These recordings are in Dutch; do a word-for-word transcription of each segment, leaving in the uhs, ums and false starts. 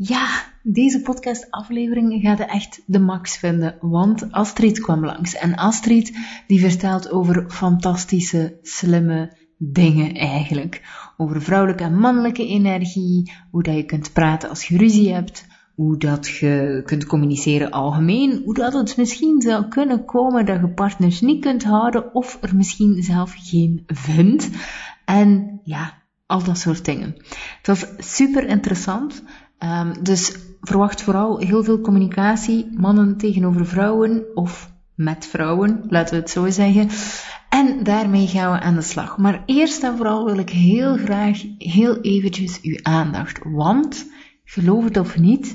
Ja, deze podcastaflevering gaat je echt de max vinden, want Astrid kwam langs. En Astrid die vertelt over fantastische, slimme dingen eigenlijk. Over vrouwelijke en mannelijke energie, hoe dat je kunt praten als je ruzie hebt, hoe dat je kunt communiceren algemeen, hoe dat het misschien zou kunnen komen dat je partners niet kunt houden of er misschien zelf geen vindt. En ja, al dat soort dingen. Het was super interessant. Um, dus verwacht vooral heel veel communicatie, mannen tegenover vrouwen of met vrouwen, laten we het zo zeggen. En daarmee gaan we aan de slag. Maar eerst en vooral wil ik heel graag heel eventjes uw aandacht. Want, geloof het of niet,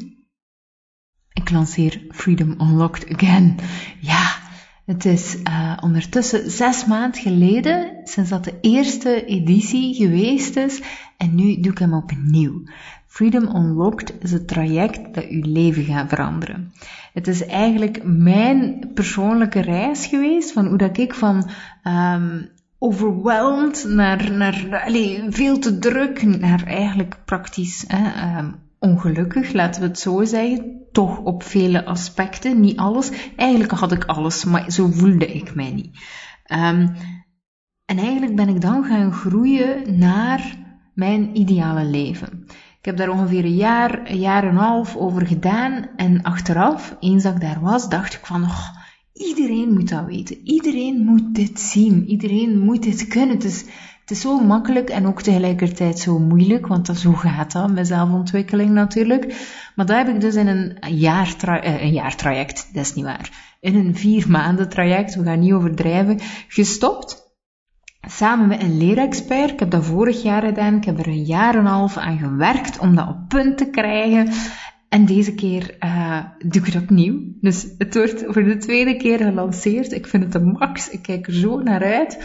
ik lanceer Freedom Unlocked Again. Ja, het is uh, ondertussen zes maanden geleden sinds dat de eerste editie geweest is. En nu doe ik hem opnieuw. Freedom Unlocked is het traject dat uw leven gaat veranderen. Het is eigenlijk mijn persoonlijke reis geweest, van hoe dat ik van um, overwhelmed naar, naar allez, veel te druk, naar eigenlijk praktisch hè, um, ongelukkig, laten we het zo zeggen. Toch op vele aspecten, niet alles. Eigenlijk had ik alles, maar zo voelde ik mij niet. Um, en eigenlijk ben ik dan gaan groeien naar mijn ideale leven. Ik heb daar ongeveer een jaar, een jaar en een half over gedaan. En achteraf, eens dat ik daar was, dacht ik van, oh, iedereen moet dat weten. Iedereen moet dit zien. Iedereen moet dit kunnen. Het is, het is zo makkelijk en ook tegelijkertijd zo moeilijk, want dat, zo gaat dat met zelfontwikkeling natuurlijk. Maar dat heb ik dus in een jaar, tra- eh, een jaar traject, dat is niet waar, in een vier maanden traject, we gaan niet overdrijven, gestopt. Samen met een leerexpert. Ik heb dat vorig jaar gedaan. Ik heb er een jaar en een half aan gewerkt om dat op punt te krijgen. En deze keer uh, doe ik het opnieuw. Dus het wordt voor de tweede keer gelanceerd. Ik vind het de max. Ik kijk er zo naar uit.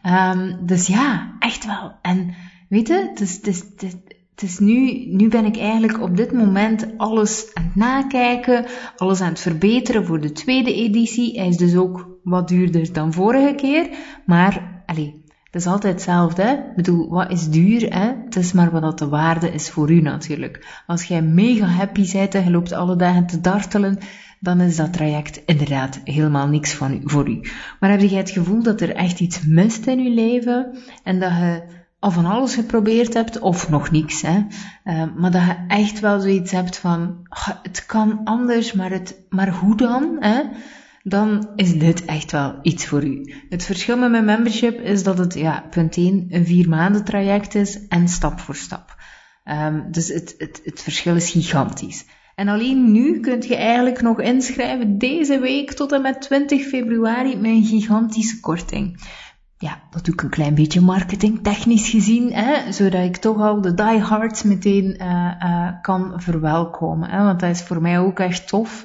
Um, dus ja, echt wel. En weet je, het is, het is, het is, het is nu, nu ben ik eigenlijk op dit moment alles aan het nakijken. Alles aan het verbeteren voor de tweede editie. Hij is dus ook wat duurder dan vorige keer. Maar, allee, het is altijd hetzelfde, hè. Ik bedoel, wat is duur, hè? Het is maar wat dat de waarde is voor u natuurlijk. Als jij mega happy bent en je loopt alle dagen te dartelen, dan is dat traject inderdaad helemaal niks van u, voor u. Maar heb jij het gevoel dat er echt iets mist in je leven en dat je al van alles geprobeerd hebt, of nog niks, hè? Uh, maar dat je echt wel zoiets hebt van, oh, het kan anders, maar, het, maar hoe dan, hè? Dan is dit echt wel iets voor u. Het verschil met mijn membership is dat het, ja, punt één, een vier maanden traject is en stap voor stap. Um, dus het, het, het verschil is gigantisch. En alleen nu kunt je eigenlijk nog inschrijven deze week tot en met twintig februari met een gigantische korting. Ja, dat doe ik een klein beetje marketingtechnisch gezien, hè, zodat ik toch al de diehards meteen uh, uh, kan verwelkomen. Hè, want dat is voor mij ook echt tof.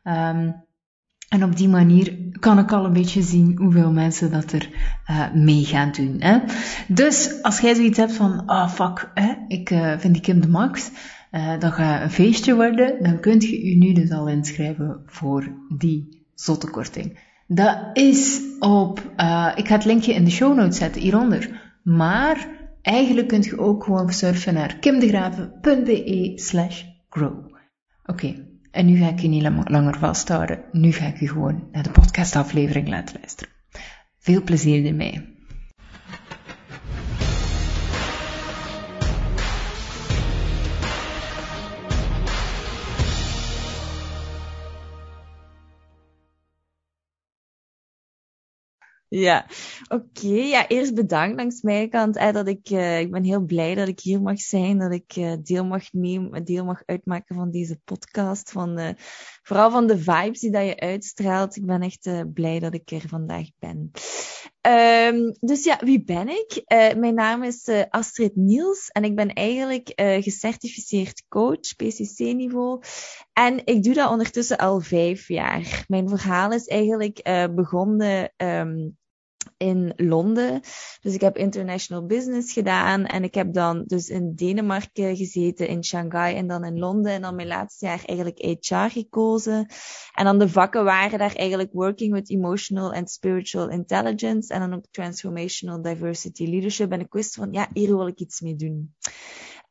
Um, En op die manier kan ik al een beetje zien hoeveel mensen dat er uh, mee gaan doen. Hè? Dus als jij zoiets hebt van, ah oh, fuck, hè, ik uh, vind die Kim de max, uh, dat gaat een feestje worden, dan kunt je je nu dus al inschrijven voor die zotte korting. Dat is op, uh, ik ga het linkje in de show notes zetten, hieronder. Maar eigenlijk kunt je ook gewoon surfen naar kimdegraven.be slash grow. Oké. Okay. En nu ga ik je niet langer vasthouden. Nu ga ik je gewoon naar de podcastaflevering laten luisteren. Veel plezier ermee. Ja, oké. Okay. Ja, eerst bedankt langs mijn kant. Eh, dat ik, uh, ik ben heel blij dat ik hier mag zijn, dat ik uh, deel mag nemen, deel mag uitmaken van deze podcast. Van, uh, vooral van de vibes die dat je uitstraalt. Ik ben echt uh, blij dat ik er vandaag ben. Um, dus ja, wie ben ik? Uh, mijn naam is uh, Astrid Niels en ik ben eigenlijk uh, gecertificeerd coach, P C C-niveau. En ik doe dat ondertussen al vijf jaar. Mijn verhaal is eigenlijk uh, begonnen um, in Londen. Dus ik heb international business gedaan en ik heb dan dus in Denemarken gezeten, in Shanghai en dan in Londen. En dan mijn laatste jaar eigenlijk H R gekozen. En dan de vakken waren daar eigenlijk working with emotional and spiritual intelligence en dan ook transformational diversity leadership. En ik wist van, ja, hier wil ik iets mee doen.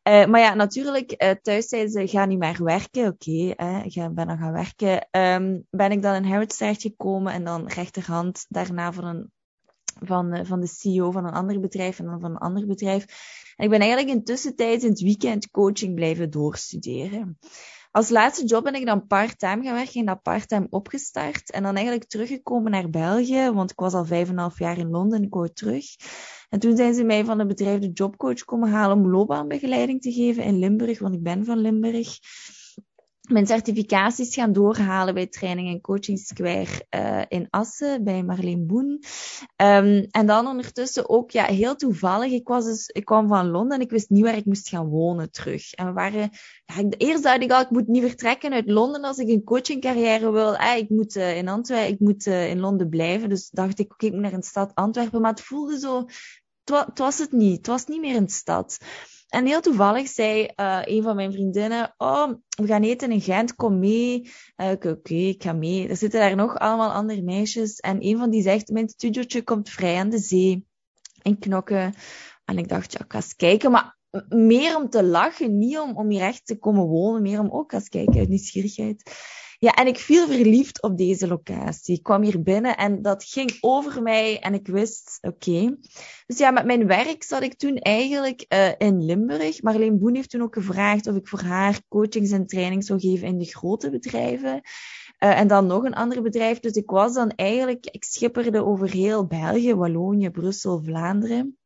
Uh, maar ja, natuurlijk, uh, thuis zeiden ze, ga niet meer werken. Oké, okay, ik ben dan gaan werken. Um, ben ik dan in Harrods terechtgekomen en dan rechterhand daarna van, een, van, uh, van de C E O van een ander bedrijf en dan van een ander bedrijf. En ik ben eigenlijk in tussentijd in het weekend coaching blijven doorstuderen. Als laatste job ben ik dan part-time gaan werken en dat part-time opgestart. En dan eigenlijk teruggekomen naar België, want ik was al vijf en een half jaar in Londen en ik wou terug. En toen zijn ze mij van het bedrijf de jobcoach komen halen om loopbaanbegeleiding te geven in Limburg, want ik ben van Limburg. Mijn certificaties gaan doorhalen bij Training en Coaching Square uh, in Assen, bij Marleen Boen. Um, en dan ondertussen ook, ja, heel toevallig, ik was dus, ik kwam van Londen en ik wist niet waar ik moest gaan wonen terug. En we waren, ja, eerst dacht ik al, ik moet niet vertrekken uit Londen als ik een coachingcarrière wil. Eh, ik moet uh, in Antwerpen, ik moet uh, in Londen blijven. Dus dacht ik, oké, okay, ik moet naar een stad Antwerpen. Maar het voelde zo, het was, het was het niet. Het was niet meer een stad. En heel toevallig zei uh, een van mijn vriendinnen, oh, we gaan eten in Gent, kom mee. Uh, Oké, okay, ik ga mee. Er zitten daar nog allemaal andere meisjes. En een van die zegt, mijn studiotje komt vrij aan de zee. In Knokke. En ik dacht, ja, ik ga eens kijken. Maar meer om te lachen, niet om, om hier echt te komen wonen. Meer om ook eens kijken uit nieuwsgierigheid. Ja, en ik viel verliefd op deze locatie. Ik kwam hier binnen en dat ging over mij en ik wist, oké. Okay. Dus ja, met mijn werk zat ik toen eigenlijk uh, in Limburg. Marleen Boen heeft toen ook gevraagd of ik voor haar coachings en trainings zou geven in de grote bedrijven. Uh, en dan nog een ander bedrijf. Dus ik was dan eigenlijk, ik schipperde over heel België, Wallonië, Brussel, Vlaanderen.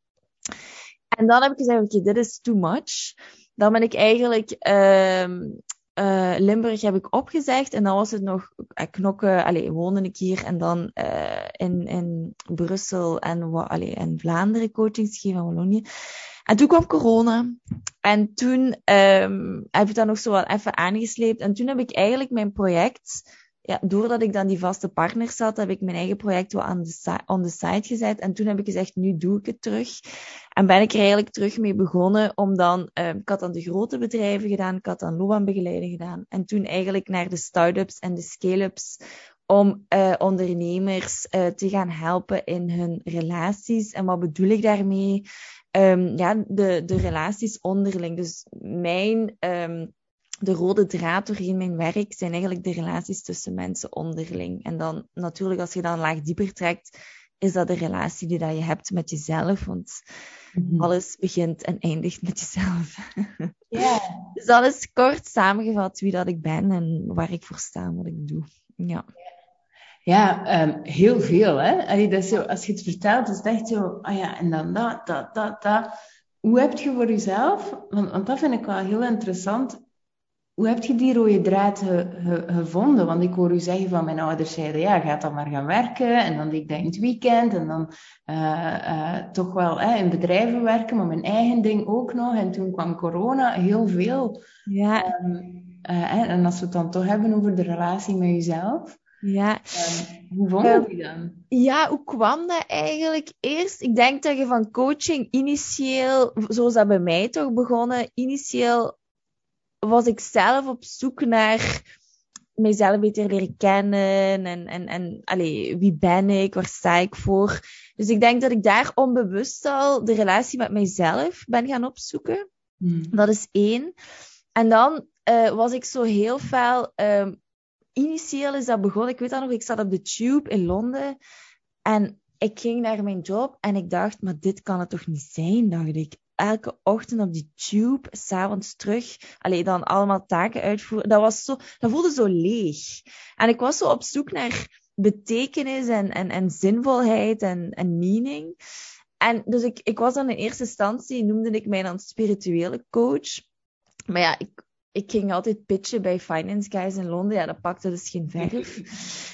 En dan heb ik gezegd, oké, okay, dit is too much. Dan ben ik eigenlijk... Uh, Uh, Limburg heb ik opgezegd en dan was het nog uh, knokken, allee, woonde ik hier en dan uh, in, in Brussel en, allee, en Vlaanderen coachings geven in Wallonië. En toen kwam corona en toen um, heb ik dat nog zo wel even aangesleept en toen heb ik eigenlijk mijn project, ja, doordat ik dan die vaste partners had, heb ik mijn eigen project wel aan de si- on the side gezet en toen heb ik gezegd, nu doe ik het terug. En ben ik er eigenlijk terug mee begonnen om dan, uh, ik had dan de grote bedrijven gedaan, ik had dan loopbaanbegeleiding gedaan. En toen eigenlijk naar de start-ups en de scale-ups om uh, ondernemers uh, te gaan helpen in hun relaties. En wat bedoel ik daarmee? Um, ja, de, de relaties onderling. Dus mijn... Um, de rode draad doorheen mijn werk zijn eigenlijk de relaties tussen mensen onderling. En dan natuurlijk, als je dan een laag dieper trekt, is dat de relatie die dat je hebt met jezelf. Want mm-hmm. alles begint en eindigt met jezelf. Yeah. Dus dat is kort samengevat wie dat ik ben en waar ik voor sta en wat ik doe. Ja, ja um, heel veel. Hè? Allee, dat is zo, als je het vertelt, is het echt zo... Ah ja, en dan dat, dat, dat, dat. Hoe heb je voor jezelf... Want, want dat vind ik wel heel interessant... Hoe heb je die rode draad ge, ge, gevonden? Want ik hoor u zeggen van mijn ouders zeiden, ja, ga dan maar gaan werken. En dan deed ik dat in het weekend. En dan uh, uh, toch wel uh, in bedrijven werken, maar mijn eigen ding ook nog. En toen kwam corona, heel veel. Ja. Um, uh, en als we het dan toch hebben over de relatie met jezelf. Ja. Um, hoe vond je die dan? Ja, hoe kwam dat eigenlijk? Eerst, ik denk dat je van coaching initieel, zoals dat bij mij toch begonnen, initieel was ik zelf op zoek naar mijzelf beter leren kennen en, en, en allee, wie ben ik, waar sta ik voor. Dus ik denk dat ik daar onbewust al de relatie met mijzelf ben gaan opzoeken. Hmm. Dat is één. En dan uh, was ik zo heel fel... Um, initieel is dat begonnen, ik weet dat nog, ik zat op de Tube in Londen en ik ging naar mijn job en ik dacht, maar dit kan het toch niet zijn, dacht ik. Elke ochtend op die Tube, 's avonds terug, allee, dan allemaal taken uitvoeren. Dat was zo, dat voelde zo leeg. En ik was zo op zoek naar betekenis en, en, en zinvolheid en, en meaning. En dus ik, ik was dan in eerste instantie, noemde ik mij dan spirituele coach. Maar ja, ik, ik ging altijd pitchen bij finance guys in Londen. Ja, dat pakte dus geen verf.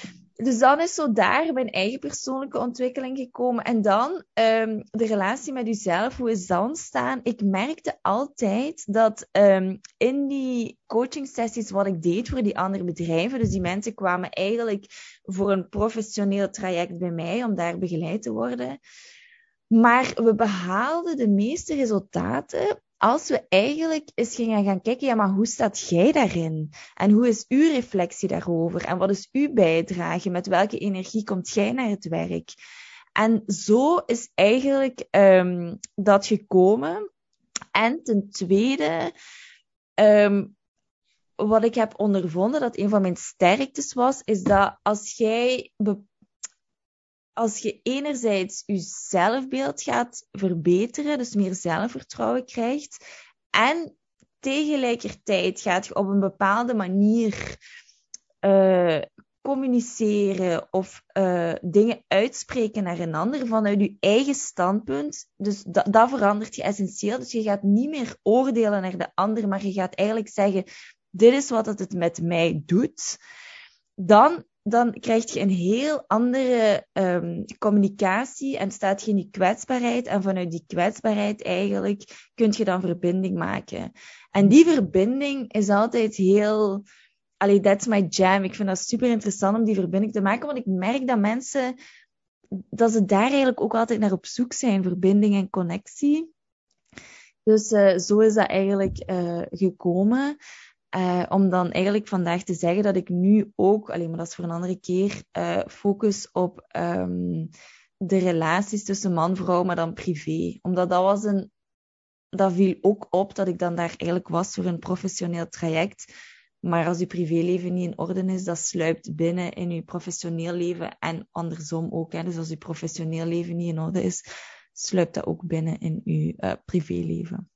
Dus dan is zo daar mijn eigen persoonlijke ontwikkeling gekomen. En dan um, de relatie met jezelf, hoe is dat ontstaan? Ik merkte altijd dat um, in die coaching sessies wat ik deed voor die andere bedrijven, dus die mensen kwamen eigenlijk voor een professioneel traject bij mij om daar begeleid te worden. Maar we behaalden de meeste resultaten als we eigenlijk eens gingen gaan kijken, ja, maar hoe staat jij daarin? En hoe is uw reflectie daarover? En wat is uw bijdrage? Met welke energie komt jij naar het werk? En zo is eigenlijk um, dat gekomen. En ten tweede, um, wat ik heb ondervonden, dat een van mijn sterktes was, is dat als jij, be- als je enerzijds je zelfbeeld gaat verbeteren, dus meer zelfvertrouwen krijgt, en tegelijkertijd gaat je op een bepaalde manier uh, communiceren of uh, dingen uitspreken naar een ander vanuit je eigen standpunt. Dus dat, dat verandert je essentieel. Dus je gaat niet meer oordelen naar de ander, maar je gaat eigenlijk zeggen, dit is wat het met mij doet. Dan, dan krijg je een heel andere um, communicatie en staat je in die kwetsbaarheid. En vanuit die kwetsbaarheid eigenlijk kun je dan verbinding maken. En die verbinding is altijd heel... Allee, that's my jam. Ik vind dat super interessant om die verbinding te maken, want ik merk dat mensen, dat ze daar eigenlijk ook altijd naar op zoek zijn, verbinding en connectie. Dus uh, zo is dat eigenlijk uh, gekomen. Uh, om dan eigenlijk vandaag te zeggen dat ik nu ook, alleen maar dat is voor een andere keer, uh, focus op um, de relaties tussen man en vrouw, maar dan privé. Omdat dat was een, dat viel ook op dat ik dan daar eigenlijk was voor een professioneel traject. Maar als je privéleven niet in orde is, dat sluipt binnen in je professioneel leven en andersom ook. Hè. Dus als je professioneel leven niet in orde is, sluipt dat ook binnen in je uh, privéleven.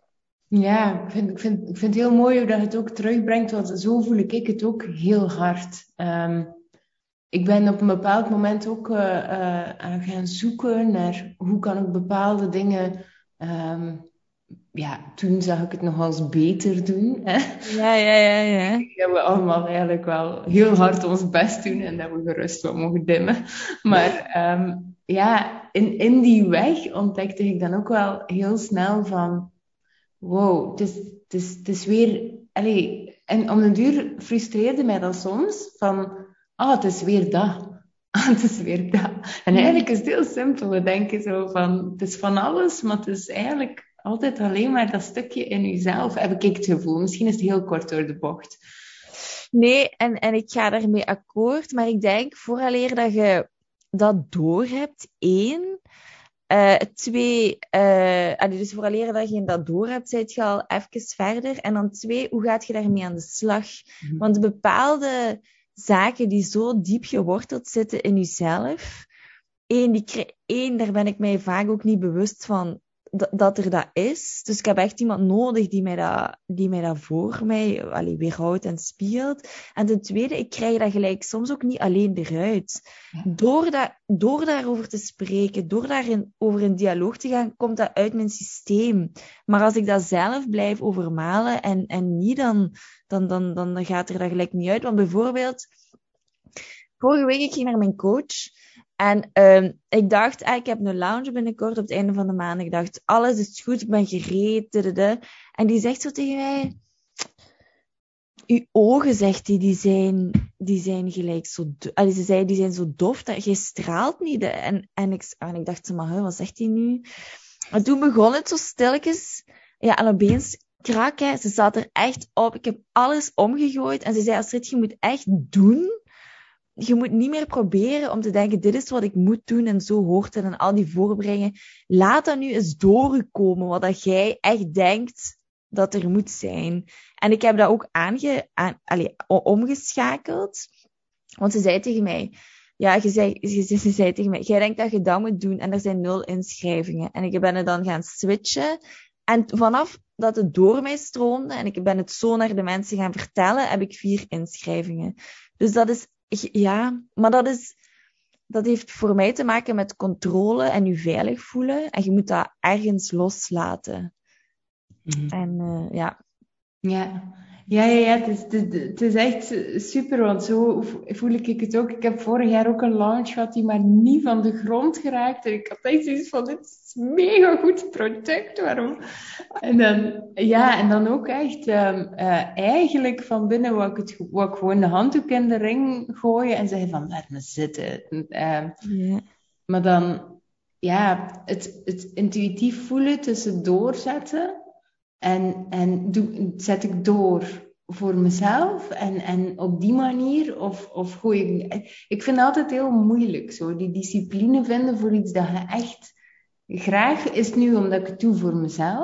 Ja, ik vind, ik, vind, ik vind het heel mooi hoe dat je het ook terugbrengt, want zo voel ik het ook heel hard. Um, ik ben op een bepaald moment ook uh, uh, gaan zoeken naar hoe kan ik bepaalde dingen... Um, ja, toen zag ik het nog als beter doen. Hè? Ja, ja, ja, ja. Dat we allemaal eigenlijk wel heel hard ons best doen en dat we gerust wat mogen dimmen. Maar um, ja, in, in die weg ontdekte ik dan ook wel heel snel van... Wow, het is, het is, het is weer... Allez, en om de duur frustreerde mij dat soms van... Ah, oh, het is weer dat. Ah, het is weer dat. En eigenlijk is het heel simpel. We denken zo van... Het is van alles, maar het is eigenlijk... altijd alleen maar dat stukje in jezelf, heb ik het gevoel. Misschien is het heel kort door de bocht. Nee, en, en ik ga daarmee akkoord, maar ik denk, vooraleer dat je dat doorhebt, één, uh, twee, uh, allee, dus vooraleer dat je dat doorhebt, zit je al even verder. En dan twee, hoe gaat je daarmee aan de slag? Mm-hmm. Want bepaalde zaken die zo diep geworteld zitten in jezelf, één, die, één, daar ben ik mij vaak ook niet bewust van, dat er dat is. Dus ik heb echt iemand nodig die mij dat, die mij dat voor mij allee, weerhoudt en spiegelt. En ten tweede, ik krijg dat gelijk soms ook niet alleen eruit. Door, dat, door daarover te spreken, door daarin over een dialoog te gaan, komt dat uit mijn systeem. Maar als ik dat zelf blijf overmalen en, en niet, dan, dan, dan, dan gaat er dat gelijk niet uit. Want bijvoorbeeld, vorige week ik ging naar mijn coach... En um, ik dacht, ah, ik heb een lounge binnenkort op het einde van de maand. Ik dacht, alles is goed, ik ben gereed. Dadada. En die zegt zo tegen mij... Uw ogen, zegt hij, die zijn, die zijn gelijk zo... Allee, ze zei, die zijn zo dof, dat je straalt niet. En, en, ik, en ik dacht, maar wat zegt hij nu? En toen begon het zo stilletjes. Ja, en opeens krak, hè. Ze zat er echt op. Ik heb alles omgegooid. En ze zei, Astrid, je moet echt doen... Je moet niet meer proberen om te denken, dit is wat ik moet doen en zo hoort het en al die voorbrengen. Laat dat nu eens door u komen, wat dat jij echt denkt dat er moet zijn. En ik heb dat ook aange, aan, allez, omgeschakeld. Want ze zei tegen mij, ja, je zei, ze, ze zei tegen mij, jij denkt dat je dat moet doen en er zijn nul inschrijvingen. En ik ben er dan gaan switchen. En vanaf dat het door mij stroomde en ik ben het zo naar de mensen gaan vertellen, heb ik vier inschrijvingen. Dus dat is Ja, maar dat, is, dat heeft voor mij te maken met controle en je veilig voelen. En je moet dat ergens loslaten. Mm-hmm. En uh, ja. Ja, ja, ja, ja. Het, is, het, het is echt super, want zo voel ik het ook. Ik heb vorig jaar ook een launch gehad die maar niet van de grond geraakt. En ik had echt zoiets van, dit is een mega goed product, waarom? En dan, ja, en dan ook echt um, uh, eigenlijk van binnen wou ik, het, wou ik gewoon de handdoek in de ring gooien en zeggen van, laat me zitten. Uh, yeah. Maar dan, ja, het, het intuïtief voelen tussen doorzetten en, en doe, zet ik door voor mezelf en, en op die manier of, of gooi ik... Ik vind het altijd heel moeilijk, zo, die discipline vinden voor iets dat je echt graag is nu omdat ik het doe voor mezelf.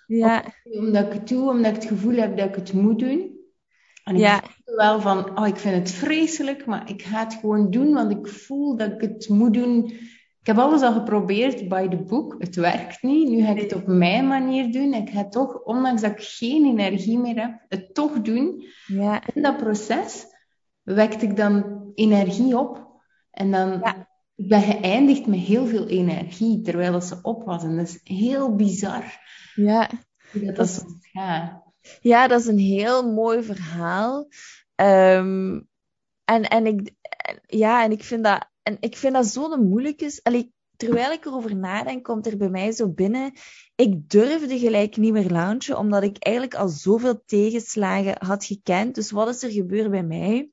Ja. Omdat ik het doe, omdat ik het gevoel heb dat ik het moet doen. En ik Ja. voel wel van, oh, ik vind het vreselijk, maar ik ga het gewoon doen, want ik voel dat ik het moet doen. Ik heb alles al geprobeerd by the book. Het werkt niet. Nu ga ik het op mijn manier doen. Ik ga toch, ondanks dat ik geen energie meer heb, het toch doen. Ja. In dat proces wekte ik dan energie op. En dan Ja. ik ben geëindigd met heel veel energie, terwijl dat ze op was. En dat is heel bizar Ja. hoe dat, Dat dat is- soms gaat. Ja, dat is een heel mooi verhaal. Ehm, en, en, ik, en- ja, en ik vind dat, en ik vind dat zo'n moeilijke. Allee, terwijl ik erover nadenk, komt er bij mij zo binnen. Ik durfde gelijk niet meer launchen, omdat ik eigenlijk al zoveel tegenslagen had gekend. Dus wat is er gebeurd bij mij?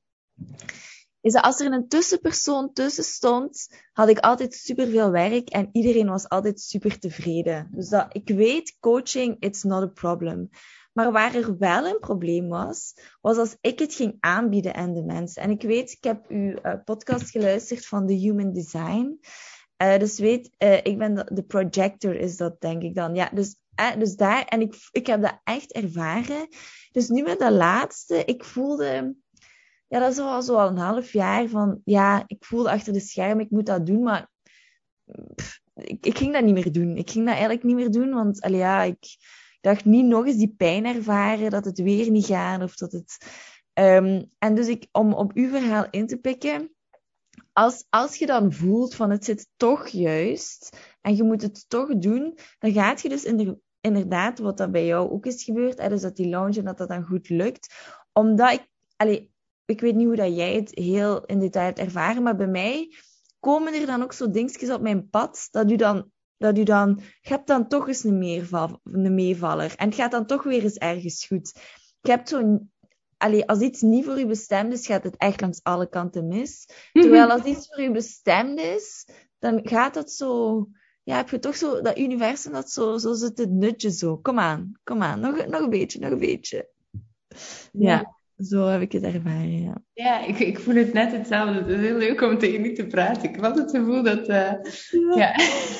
Is dat als er een tussenpersoon tussen stond, had ik altijd superveel werk en iedereen was altijd super tevreden. Dus dat, ik weet, coaching, it's not a problem. Maar waar er wel een probleem was, was als ik het ging aanbieden aan de mensen. En ik weet, ik heb uw uh, podcast geluisterd van The Human Design. Uh, dus weet, uh, ik ben de, de projector is dat, denk ik dan. Ja, dus, uh, dus daar, en ik, ik heb dat echt ervaren. Dus nu met dat laatste, ik voelde... Ja, dat is al zo al een half jaar van... Ja, ik voelde achter de schermen, ik moet dat doen, maar... Pff, ik, ik ging dat niet meer doen. Ik ging dat eigenlijk niet meer doen, want... Allee, ja, ik dacht niet nog eens die pijn ervaren, dat het weer niet gaat, of dat het... Um, en dus ik, om op uw verhaal in te pikken... Als, als je dan voelt van het zit toch juist, en je moet het toch doen, dan gaat je dus inder, inderdaad, wat dat bij jou ook is gebeurd, hè, dus dat die launch en dat dat dan goed lukt, omdat ik... Allee, ik weet niet hoe dat jij het heel in detail hebt ervaren, maar bij mij komen er dan ook zo dingetjes op mijn pad, dat u dan, dat u dan, je hebt dan toch eens een, meerval, een meevaller. En het gaat dan toch weer eens ergens goed. Je hebt zo'n, allee, als iets niet voor u bestemd is, gaat het echt langs alle kanten mis. Terwijl als iets voor u bestemd is, dan gaat het zo, ja, heb je toch zo, dat universum dat zo, zo zit het nutje zo. Kom aan, kom aan, nog, nog een beetje, nog een beetje. Ja. ja. Zo heb ik het ervaren, ja. Ja, ik, ik voel het net hetzelfde. Het is heel leuk om tegen u te praten. Ik had het gevoel dat... Uh, ja. ja.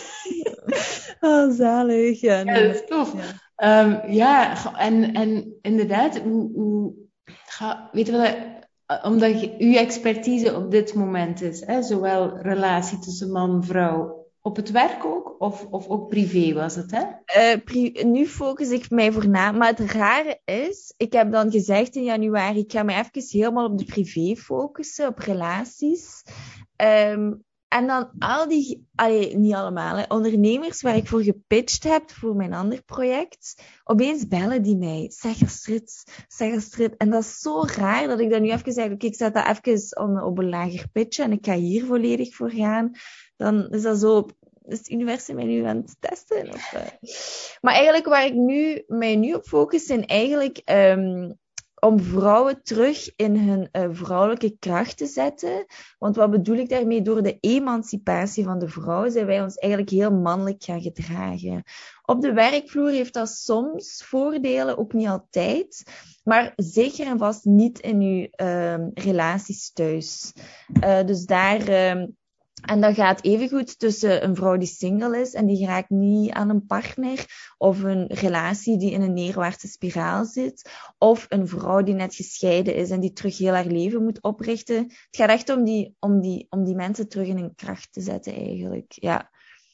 Oh, zalig. Ja, nee, ja dat is tof. Ja, um, ja en, en inderdaad, hoe... hoe ga, weet je wat... Omdat je, uw expertise op dit moment is, hè, zowel relatie tussen man en vrouw... Op het werk ook? Of, of ook privé was het, hè? Uh, pri- nu focus ik mij voornamelijk... Maar het rare is... Ik heb dan gezegd in januari... Ik ga me even helemaal op de privé focussen. Op relaties. Um, en dan al die... Allee, niet allemaal. Hè, ondernemers waar ik voor gepitcht heb... Voor mijn ander project... Opeens bellen die mij. Zeg Astrid. Zeg Astrid. En dat is zo raar... Dat ik dan nu even zeg... Oké, okay, ik zet dat even op, op een lager pitchen... En ik ga hier volledig voor gaan... Dan is dat zo... Is het universum mij nu aan het testen? Of, uh... Maar eigenlijk waar ik nu, mij nu op focus, zijn eigenlijk um, om vrouwen terug in hun uh, vrouwelijke kracht te zetten. Want wat bedoel ik daarmee? Door de emancipatie van de vrouw zijn wij ons eigenlijk heel mannelijk gaan gedragen. Op de werkvloer heeft dat soms voordelen, ook niet altijd. Maar zeker en vast niet in uw uh, relaties thuis. Uh, dus daar... Uh, En dat gaat evengoed tussen een vrouw die single is en die raakt niet aan een partner, of een relatie die in een neerwaartse spiraal zit, of een vrouw die net gescheiden is en die terug heel haar leven moet oprichten. Het gaat echt om die, om die, om die mensen terug in hun kracht te zetten eigenlijk, ja.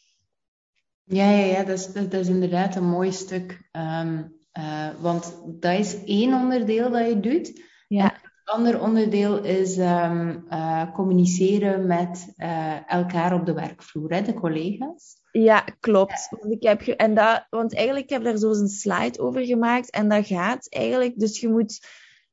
Ja, ja, ja, dat is, dat, dat is inderdaad een mooi stuk. Um, uh, want dat is één onderdeel dat je doet. Ja. Het andere onderdeel is um, uh, communiceren met uh, elkaar op de werkvloer, hè, de collega's. Ja, klopt. Ja. Want, ik heb ge- en dat, want eigenlijk heb ik daar zo eens een slide over gemaakt. En dat gaat eigenlijk... Dus je moet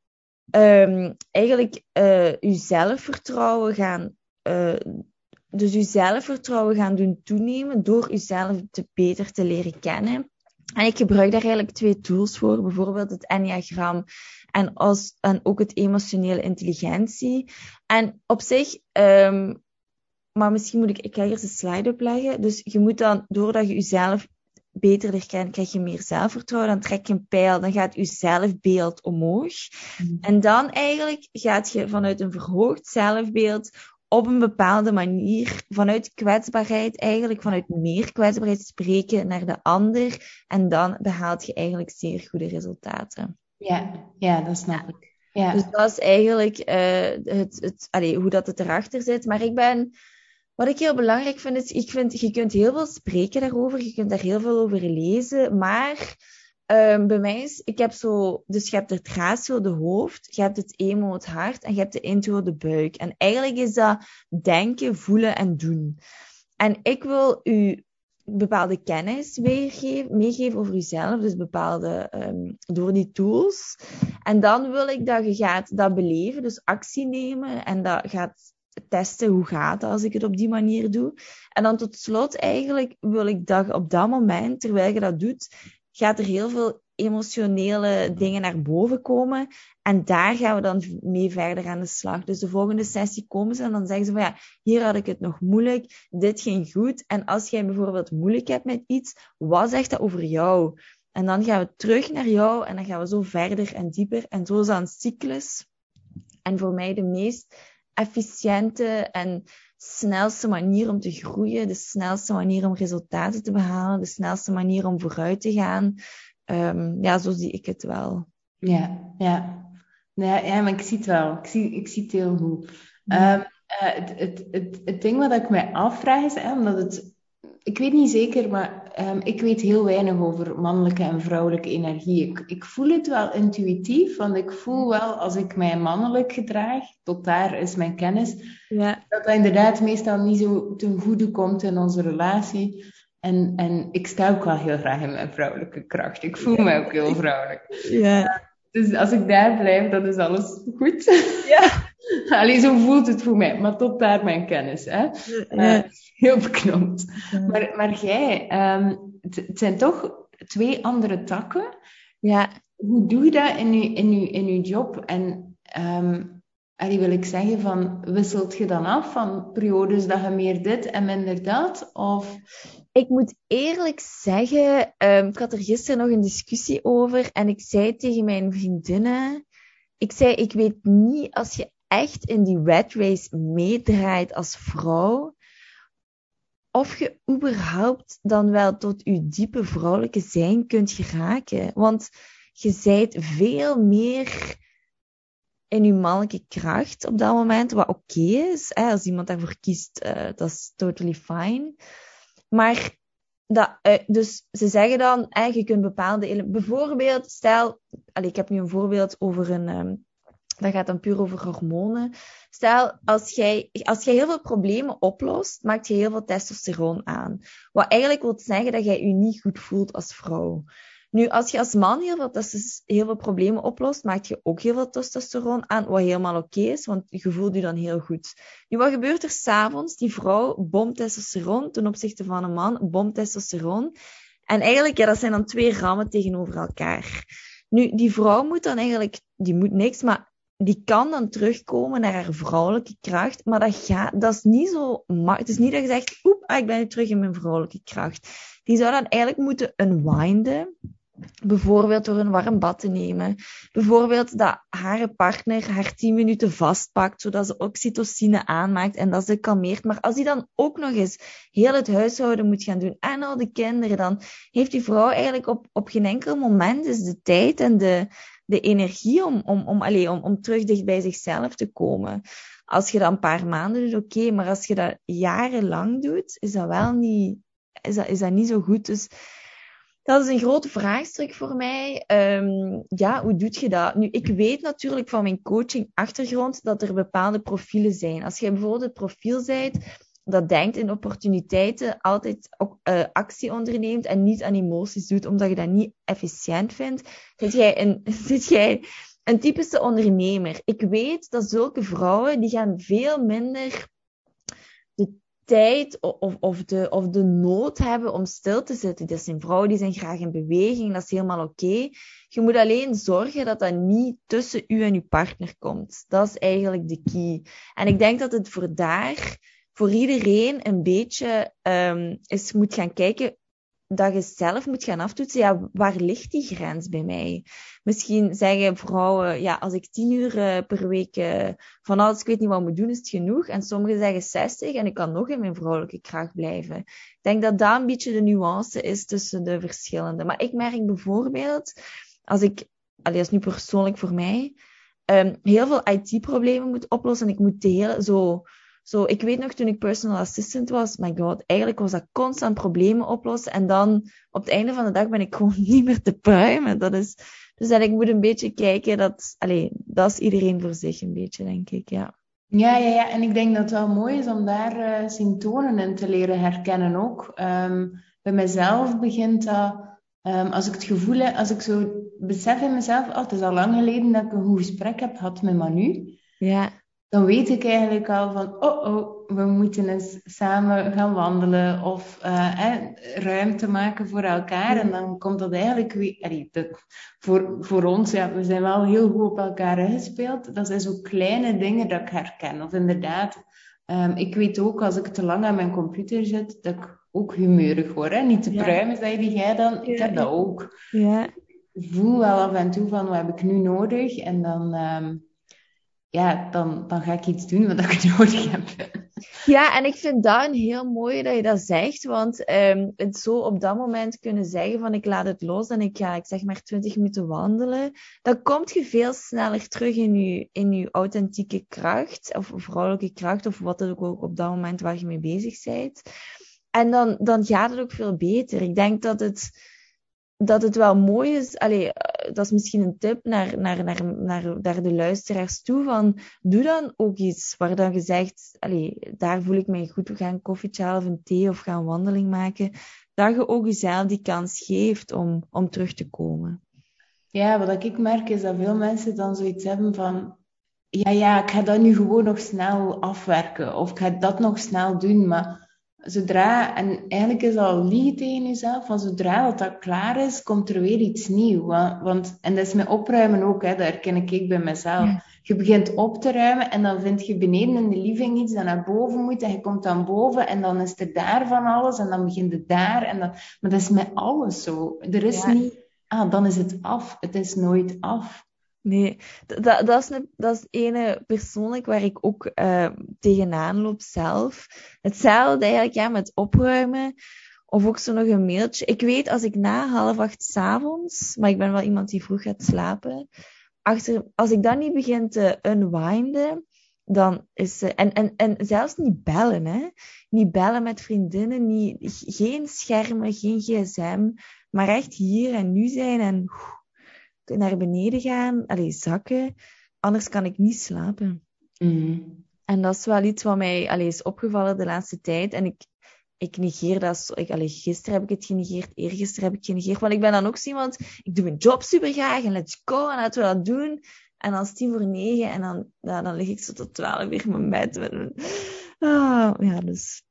um, eigenlijk uh, je zelfvertrouwen gaan... Uh, dus je zelfvertrouwen gaan doen toenemen door jezelf te beter te leren kennen. En ik gebruik daar eigenlijk twee tools voor. Bijvoorbeeld het Enneagram en, als, en ook het emotionele intelligentie. En op zich... Um, maar misschien moet ik... Ik ga eerst een slide opleggen. Dus je moet dan, doordat je jezelf beter leert kennen, krijg je meer zelfvertrouwen. Dan trek je een pijl, dan gaat je zelfbeeld omhoog. Mm. En dan eigenlijk gaat je vanuit een verhoogd zelfbeeld op een bepaalde manier, vanuit kwetsbaarheid eigenlijk, vanuit meer kwetsbaarheid spreken naar de ander. En dan behaalt je eigenlijk zeer goede resultaten. Ja, ja, dat snap ik. Ja. Dus dat is eigenlijk uh, het, het, allee, hoe dat het erachter zit. Maar ik ben... Wat ik heel belangrijk vind, is... Ik vind, je kunt heel veel spreken daarover. Je kunt daar heel veel over lezen. Maar um, bij mij is... Ik heb zo... Dus je hebt het ratio, de hoofd. Je hebt het emo, het hart. En je hebt de intro, de buik. En eigenlijk is dat denken, voelen en doen. En ik wil u bepaalde kennis weergeven, meegeven over jezelf, dus bepaalde, um, door die tools. En dan wil ik dat je gaat dat beleven, dus actie nemen en dat gaat testen hoe gaat dat als ik het op die manier doe. En dan tot slot eigenlijk wil ik dat je op dat moment, terwijl je dat doet, gaat er heel veel emotionele dingen naar boven komen. En daar gaan we dan mee verder aan de slag. Dus de volgende sessie komen ze en dan zeggen ze van ja, hier had ik het nog moeilijk, dit ging goed. En als jij bijvoorbeeld moeilijk hebt met iets, wat zegt dat over jou? En dan gaan we terug naar jou en dan gaan we zo verder en dieper. En zo is dat een cyclus. En voor mij de meest efficiënte en snelste manier om te groeien, de snelste manier om resultaten te behalen, de snelste manier om vooruit te gaan. Um, ja, zo zie ik het wel. Ja, ja. Ja, ja, maar ik zie het wel. Ik zie, ik zie het heel goed. Ja. Um, uh, het, het, het, het ding wat ik mij afvraag is, hè, omdat het... Ik weet niet zeker, maar um, ik weet heel weinig over mannelijke en vrouwelijke energie. Ik, ik voel het wel intuïtief, want ik voel wel als ik mij mannelijk gedraag, tot daar is mijn kennis, ja. dat dat inderdaad meestal niet zo ten goede komt in onze relatie. En, en ik sta ook wel heel graag in mijn vrouwelijke kracht. Ik voel me ook heel vrouwelijk. Ja. Uh, dus als ik daar blijf, dan is alles goed. Ja. Allee, zo voelt het voor mij. Maar tot daar mijn kennis. Hè? Ja. Uh, heel beknopt. Ja. Maar, maar jij, um, het, het zijn toch twee andere takken. Ja. Hoe doe je dat in je, in je, in je job? En um, allee, wil ik zeggen, van, wisselt je dan af van periodes dat je meer dit en minder dat? Of... Ik moet eerlijk zeggen, um, ik had er gisteren nog een discussie over en ik zei tegen mijn vriendinnen, ik zei, ik weet niet, als je echt in die rat race meedraait als vrouw, of je überhaupt dan wel tot je diepe vrouwelijke zijn kunt geraken. Want je zijt veel meer in je mannelijke kracht op dat moment, wat oké okay is. Hè? Als iemand daarvoor kiest, uh, dat is totally fine. Maar, dat, uh, dus ze zeggen dan, eh, je kunt bepaalde... Bijvoorbeeld, stel... Allez, ik heb nu een voorbeeld over een... Um, dat gaat dan puur over hormonen. Stel, als jij, als jij heel veel problemen oplost, maakt je heel veel testosteron aan. Wat eigenlijk wil zeggen dat jij je niet goed voelt als vrouw. Nu, als je als man heel veel, testos, heel veel problemen oplost, maakt je ook heel veel testosteron aan, wat helemaal oké okay is, want je voelt je dan heel goed. Nu, wat gebeurt er s'avonds? Die vrouw bomt testosteron ten opzichte van een man, bomt testosteron. En eigenlijk, ja, dat zijn dan twee rammen tegenover elkaar. Nu, die vrouw moet dan eigenlijk, die moet niks, maar die kan dan terugkomen naar haar vrouwelijke kracht, maar dat, gaat, dat is niet zo makkelijk. Het is niet dat je zegt, oep, ah, ik ben nu terug in mijn vrouwelijke kracht. Die zou dan eigenlijk moeten unwinden, bijvoorbeeld door een warm bad te nemen. Bijvoorbeeld dat haar partner haar tien minuten vastpakt, zodat ze oxytocine aanmaakt en dat ze kalmeert. Maar als die dan ook nog eens heel het huishouden moet gaan doen en al de kinderen, dan heeft die vrouw eigenlijk op, op geen enkel moment dus de tijd en de... de energie om, om, om, allez, om, om terug dicht bij zichzelf te komen. Als je dat een paar maanden doet, oké, okay, maar als je dat jarenlang doet, is dat wel niet, is dat, is dat niet zo goed. Dus dat is een grote vraagstuk voor mij. Um, ja, hoe doe je dat? Nu, ik weet natuurlijk van mijn coaching-achtergrond dat er bepaalde profielen zijn. Als je bijvoorbeeld het profiel bent dat denkt in opportuniteiten, altijd uh, actie onderneemt en niet aan emoties doet, omdat je dat niet efficiënt vindt, zit jij een, zit jij een typische ondernemer. Ik weet dat zulke vrouwen, die gaan veel minder de tijd of, of, de, of de nood hebben om stil te zitten. Dat zijn vrouwen die zijn graag in beweging, dat is helemaal oké. Okay. Je moet alleen zorgen dat dat niet tussen u en uw partner komt. Dat is eigenlijk de key. En ik denk dat het voor daar... voor iedereen een beetje um, eens moet gaan kijken, dat je zelf moet gaan aftoetsen, ja, waar ligt die grens bij mij? Misschien zeggen vrouwen, ja, als ik tien uur uh, per week uh, van alles, ik weet niet wat ik moet doen, is het genoeg. En sommigen zeggen zestig en ik kan nog in mijn vrouwelijke kracht blijven. Ik denk dat dat een beetje de nuance is tussen de verschillende. Maar ik merk bijvoorbeeld, als ik, allee, dat is nu persoonlijk voor mij, um, heel veel I T-problemen moet oplossen en ik moet de hele, zo... Zo, ik weet nog, toen ik personal assistant was, my god, eigenlijk was dat constant problemen oplossen. En dan, op het einde van de dag, ben ik gewoon niet meer te pruimen. Dat is, dus dat ik moet een beetje kijken, dat, allez, dat is iedereen voor zich een beetje, denk ik, ja. Ja, ja, ja. En ik denk dat het wel mooi is om daar uh, symptomen in te leren herkennen ook. Um, bij mezelf begint dat, um, als ik het gevoel heb, als ik zo besef in mezelf, oh, het is al lang geleden dat ik een goed gesprek heb gehad met Manu. Ja. Dan weet ik eigenlijk al van, oh oh, we moeten eens samen gaan wandelen of uh, eh, ruimte maken voor elkaar. En dan komt dat eigenlijk weer, allee, dat, voor, voor ons, ja, we zijn wel heel goed op elkaar ingespeeld. Dat zijn zo kleine dingen dat ik herken. Of inderdaad, um, ik weet ook als ik te lang aan mijn computer zit, dat ik ook humeurig word. Hè? Niet te Ja. pruimen, zei jij dan. Ik Ja, heb dat ook. Ja. Ik voel wel af en toe van, wat heb ik nu nodig? En dan... Um, ja, dan, dan ga ik iets doen wat ik nodig heb. Ja, en ik vind dat een heel mooi dat je dat zegt, want um, het zo op dat moment kunnen zeggen van ik laat het los en ik ga, ik zeg maar twintig minuten wandelen, dan komt je veel sneller terug in je, in je authentieke kracht, of vrouwelijke kracht, of wat het ook op dat moment waar je mee bezig bent. En dan, dan gaat het ook veel beter. Ik denk dat het... dat het wel mooi is, allee, dat is misschien een tip naar, naar, naar, naar, naar de luisteraars toe, van doe dan ook iets waar dan je zegt, allee, daar voel ik mij goed, we gaan een koffietje halen of een thee of gaan een wandeling maken, dat je ook jezelf die kans geeft om, om terug te komen. Ja, wat ik merk is dat veel mensen dan zoiets hebben van, ja, ja, ik ga dat nu gewoon nog snel afwerken, of ik ga dat nog snel doen, maar zodra, en eigenlijk is dat al liegen tegen jezelf, van zodra dat, dat klaar is, komt er weer iets nieuws. Want, want, en dat is met opruimen ook, hè, dat herken ik bij mezelf. Ja. Je begint op te ruimen en dan vind je beneden in de living iets dat naar boven moet en je komt dan boven en dan is er daar van alles en dan begint het daar. En dan, maar dat is met alles zo. Er is ja. niet, ah, dan is het af. Het is nooit af. Nee, dat, dat, is een, dat is ene persoonlijk waar ik ook uh, tegenaan loop zelf. Hetzelfde eigenlijk, ja, met opruimen. Of ook zo nog een mailtje. Ik weet, als ik na half acht 's avonds, maar ik ben wel iemand die vroeg gaat slapen, achter, als ik dan niet begin te unwinden, dan is... Uh, en, en, en zelfs niet bellen, hè. Niet bellen met vriendinnen, niet, geen schermen, geen gsm, maar echt hier en nu zijn en... naar beneden gaan, allee, zakken, anders kan ik niet slapen. Mm. En dat is wel iets wat mij allee, is opgevallen de laatste tijd. En ik, ik negeer dat zo. Ik, allee, gisteren heb ik het genegeerd, eergisteren heb ik het genegeerd. Want ik ben dan ook zo iemand, ik doe mijn job super graag en let's go, en laten we dat doen. En dan is het tien voor negen en dan, ja, dan lig ik zo tot twaalf weer in mijn bed. Met mijn... Ah, ja, dus...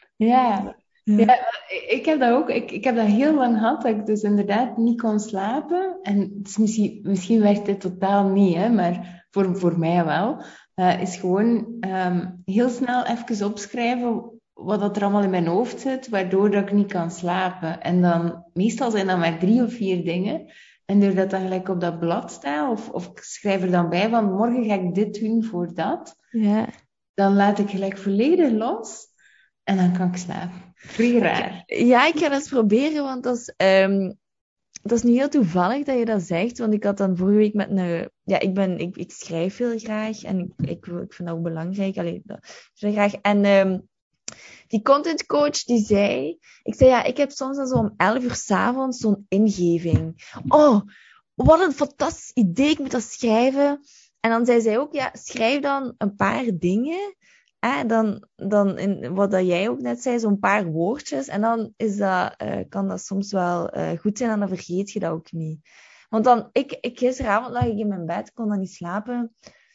Ja, Ja. ja, ik heb dat ook. Ik, ik heb dat heel lang gehad, dat ik dus inderdaad niet kon slapen. En het is misschien, misschien werkt dit totaal niet, hè, maar voor, voor mij wel. Uh, is gewoon um, heel snel even opschrijven wat dat er allemaal in mijn hoofd zit, waardoor dat ik niet kan slapen. En dan, meestal zijn dat maar drie of vier dingen. En doordat dat gelijk op dat blad staat, of, of ik schrijf er dan bij van morgen ga ik dit doen voor dat. Ja. Dan laat ik gelijk volledig los. En dan kan ik slapen. Vrij raar. Ja, ik ga dat eens proberen, want dat is, um, dat is nu heel toevallig dat je dat zegt. Want ik had dan vorige week met een... Ja, ik, ben, ik, ik schrijf heel graag en ik, ik, ik vind dat ook belangrijk. Allee, dat vind ik graag. En um, die content coach die zei... Ik zei, ja, ik heb soms dan zo om elf uur 's avonds zo'n ingeving. Oh, wat een fantastisch idee, ik moet dat schrijven. En dan zei zij ook, ja, schrijf dan een paar dingen... Eh, dan, dan in wat dat jij ook net zei, zo'n paar woordjes. En dan is dat, uh, kan dat soms wel uh, goed zijn en dan vergeet je dat ook niet. Want dan, ik, ik gisteravond lag ik in mijn bed, kon dan niet slapen.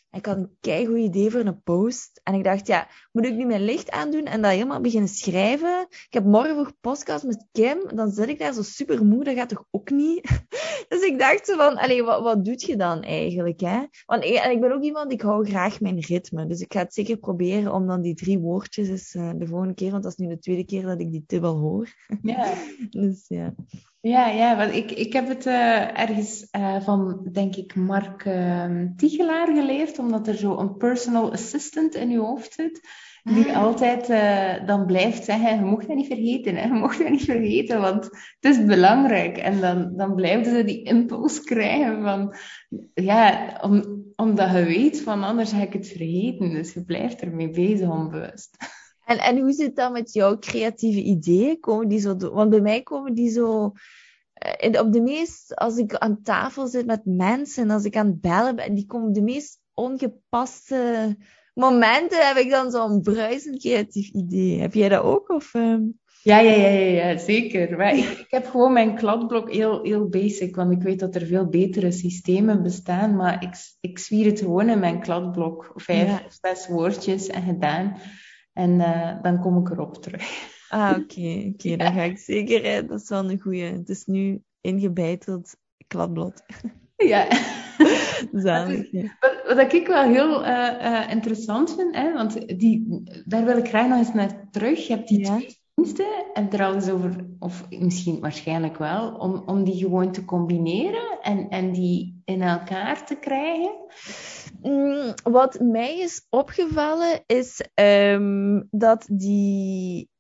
En ik had een keigoed idee voor een post. En ik dacht, ja, moet ik nu mijn licht aandoen en dat helemaal beginnen schrijven? Ik heb morgen voor podcast met Kim. Dan zit ik daar zo super moe. Dat gaat toch ook niet? Dus ik dacht zo van, allee, wat, wat doe je dan eigenlijk, hè? Want ik, en ik ben ook iemand, ik hou graag mijn ritme. Dus ik ga het zeker proberen om dan die drie woordjes eens, uh, de volgende keer, want dat is nu de tweede keer dat ik die tip al hoor. Ja. Dus ja. Ja, ja, want ik, ik heb het uh, ergens uh, van, denk ik, Mark uh, Tichelaar geleerd, omdat er zo een personal assistant in je hoofd zit, die ah. altijd uh, dan blijft zeggen, je mocht dat niet vergeten, hè, je mocht dat niet vergeten, want het is belangrijk. En dan, dan blijven ze die impuls krijgen van, ja, om, omdat je weet van, anders ga ik het vergeten. Dus je blijft ermee bezig onbewust. En, en hoe zit dat met jouw creatieve ideeën? Komen die zo do- Want bij mij komen die zo... Uh, op de meest... Als ik aan tafel zit met mensen, als ik aan het bellen ben, die komen op de meest ongepaste momenten, heb ik dan zo'n bruisend creatief idee. Heb jij dat ook? Of, uh... Ja, ja, ja, ja, ja, zeker. Maar ik, ik heb gewoon mijn kladblok heel, heel basic, want ik weet dat er veel betere systemen bestaan, maar ik, ik zwier het gewoon in mijn kladblok. Vijf Ja. of zes woordjes en gedaan. En uh, dan kom ik erop terug. Ah, oké. Okay, okay, ja. Dan ga ik zeker... Hè, dat is wel een goeie. Het is nu ingebeiteld kladblad. Ja. Zalig, ja. Wat, wat ik wel heel uh, uh, interessant vind, hè, want die, daar wil ik graag nog eens naar terug. Je hebt die Ja. twee diensten, heb je er al eens over, of misschien waarschijnlijk wel, om, om die gewoon te combineren en, en die in elkaar te krijgen? Mm, wat mij is opgevallen is um, dat, die,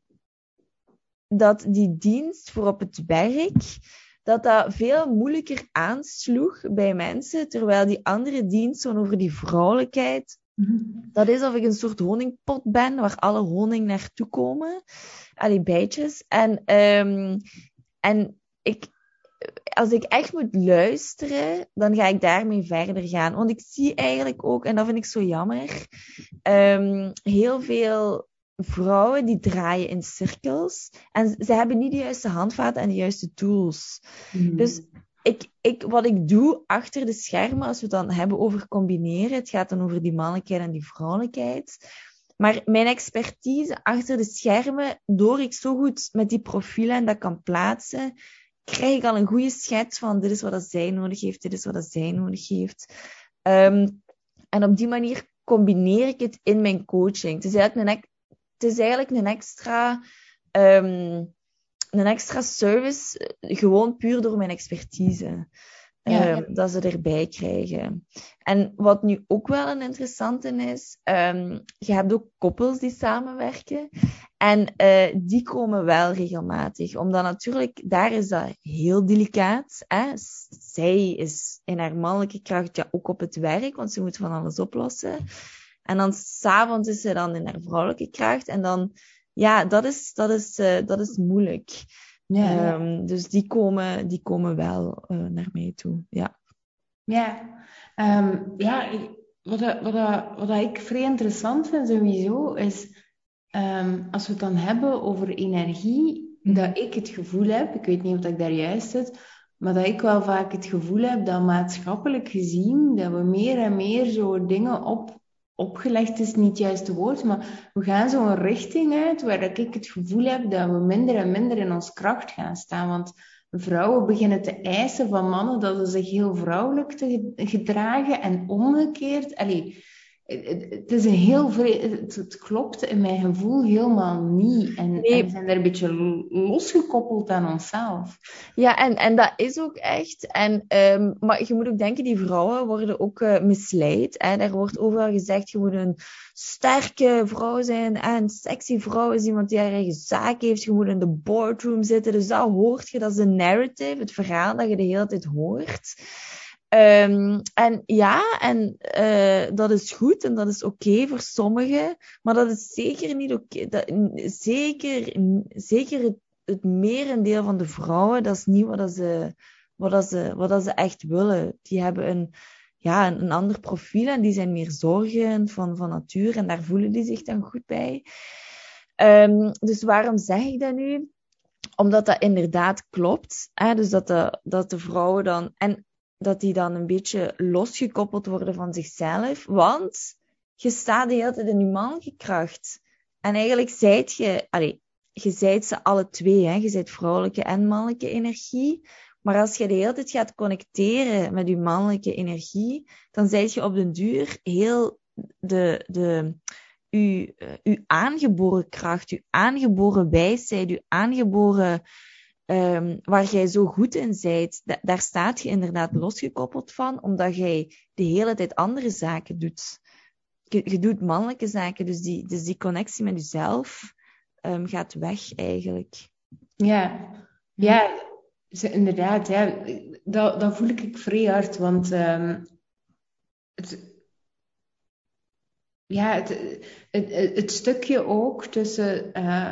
dat die dienst voor op het werk, dat dat veel moeilijker aansloeg bij mensen, terwijl die andere dienst, zo over die vrouwelijkheid, mm-hmm. dat is of ik een soort honingpot ben, waar alle honing naartoe komen, al die bijtjes. En, um, en ik... Als ik echt moet luisteren, dan ga ik daarmee verder gaan. Want ik zie eigenlijk ook, en dat vind ik zo jammer, um, heel veel vrouwen die draaien in cirkels. En ze hebben niet de juiste handvaten en de juiste tools. Mm. Dus ik, ik, wat ik doe achter de schermen, als we het dan hebben over combineren, het gaat dan over die mannelijkheid en die vrouwelijkheid. Maar mijn expertise achter de schermen, door ik zo goed met die profielen en dat kan plaatsen, krijg ik al een goede schets van dit is wat dat zij nodig heeft, dit is wat dat zij nodig heeft. Um, en op die manier combineer ik het in mijn coaching. Het is eigenlijk een, het is eigenlijk een extra, um, een extra service, gewoon puur door mijn expertise. Ja, ja. Um, dat ze erbij krijgen. En wat nu ook wel een interessante is, um, je hebt ook koppels die samenwerken. En uh, die komen wel regelmatig. Omdat natuurlijk, daar is dat heel delicaat. Hè? Zij is in haar mannelijke kracht ja, ook op het werk, want ze moet van alles oplossen. En dan s'avonds is ze dan in haar vrouwelijke kracht. En dan, ja, dat is, dat is, uh, dat is moeilijk. Ja, ja. Um, dus die komen, die komen wel uh, naar mij toe. Ja, ja. Um, ja wat, wat, wat, wat ik vrij interessant vind sowieso is... Um, als we het dan hebben over energie, mm. dat ik het gevoel heb, ik weet niet of ik daar juist zit, maar dat ik wel vaak het gevoel heb dat maatschappelijk gezien, dat we meer en meer zo dingen op, opgelegd is niet het juiste woord, maar we gaan zo'n richting uit waar ik het gevoel heb dat we minder en minder in ons kracht gaan staan. Want vrouwen beginnen te eisen van mannen dat ze zich heel vrouwelijk te gedragen en omgekeerd. Allee, het is een heel vre- het, het klopt in mijn gevoel helemaal niet. En, nee. en we zijn daar een beetje losgekoppeld aan onszelf. Ja, en, en dat is ook echt. En, um, maar je moet ook denken, die vrouwen worden ook uh, misleid. Hè? Daar wordt overal gezegd, je moet een sterke vrouw zijn. En een sexy vrouw is iemand die haar eigen zaak heeft. Je moet in de boardroom zitten. Dus dat hoort je, dat is de narrative, het verhaal dat je de hele tijd hoort. Um, en ja, en uh, dat is goed en dat is oké okay voor sommigen, maar dat is zeker niet oké. Okay. Zeker, zeker het, het merendeel van de vrouwen, dat is niet wat, dat ze, wat, dat ze, wat dat ze echt willen. Die hebben een, ja, een, een ander profiel en die zijn meer zorgend van, van natuur en daar voelen die zich dan goed bij. Um, dus waarom zeg ik dat nu? Omdat dat inderdaad klopt. Hè? Dus dat de, dat de vrouwen dan... En dat die dan een beetje losgekoppeld worden van zichzelf. Want je staat de hele tijd in je mannelijke kracht. En eigenlijk zijt je... Allee, je zijt ze alle twee, hè. Je zijt vrouwelijke en mannelijke energie. Maar als je de hele tijd gaat connecteren met je mannelijke energie, dan zijt je op den duur heel de... de je, je aangeboren kracht, je aangeboren wijsheid, je aangeboren... Um, waar jij zo goed in bent, da- daar staat je inderdaad losgekoppeld van, omdat jij de hele tijd andere zaken doet. Je, je doet mannelijke zaken, dus die, dus die connectie met jezelf um, gaat weg eigenlijk. Ja, ja, ze- inderdaad. Ja. Dat, dat voel ik vrij hard, want um, het, ja, het, het, het, het stukje ook tussen... Uh,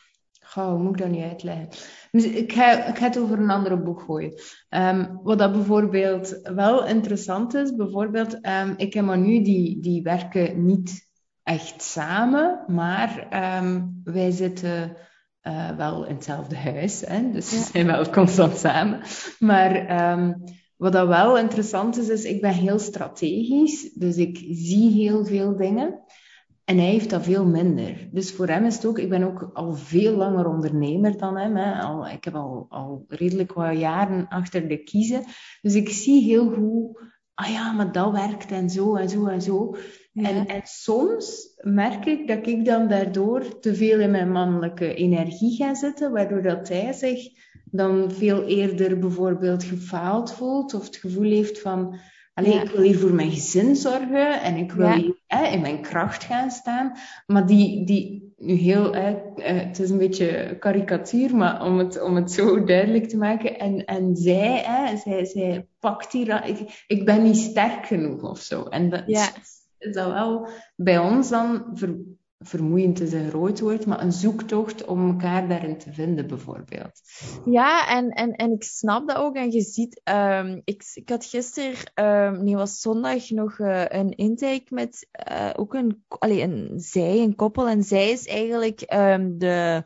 Goh, hoe moet ik dat nu uitleggen? Dus ik, ga, ik ga het over een andere boek gooien. Um, wat dat bijvoorbeeld wel interessant is, bijvoorbeeld, um, ik en Manu, die, die werken niet echt samen, maar um, wij zitten uh, wel in hetzelfde huis, hè? Dus we zijn wel constant samen. Maar um, wat dat wel interessant is, is ik ben heel strategisch, dus ik zie heel veel dingen. En hij heeft dat veel minder. Dus voor hem is het ook... Ik ben ook al veel langer ondernemer dan hem. Hè. Al, ik heb al, al redelijk wat jaren achter de kiezen. Dus ik zie heel goed... Ah ja, maar dat werkt en zo en zo en zo. Ja. En, en soms merk ik dat ik dan daardoor te veel in mijn mannelijke energie ga zitten. Waardoor dat hij zich dan veel eerder bijvoorbeeld gefaald voelt. Of het gevoel heeft van... Allee, ja. Ik wil hier voor mijn gezin zorgen en ik wil ja. hier hè, in mijn kracht gaan staan. Maar die, die nu heel, hè, het is een beetje karikatuur, maar om het, om het zo duidelijk te maken. En, en zij, hè, zij, zij pakt hier, ik, ik ben niet sterk genoeg of zo. En dat ja. is dat wel bij ons dan ver, vermoeiend is een groot woord, maar een zoektocht om elkaar daarin te vinden, bijvoorbeeld. Ja, en, en, en ik snap dat ook. En je ziet, um, ik, ik had gisteren, um, nee, was zondag nog uh, een intake met uh, ook een, allee, een zij, een koppel. En zij is eigenlijk um, de,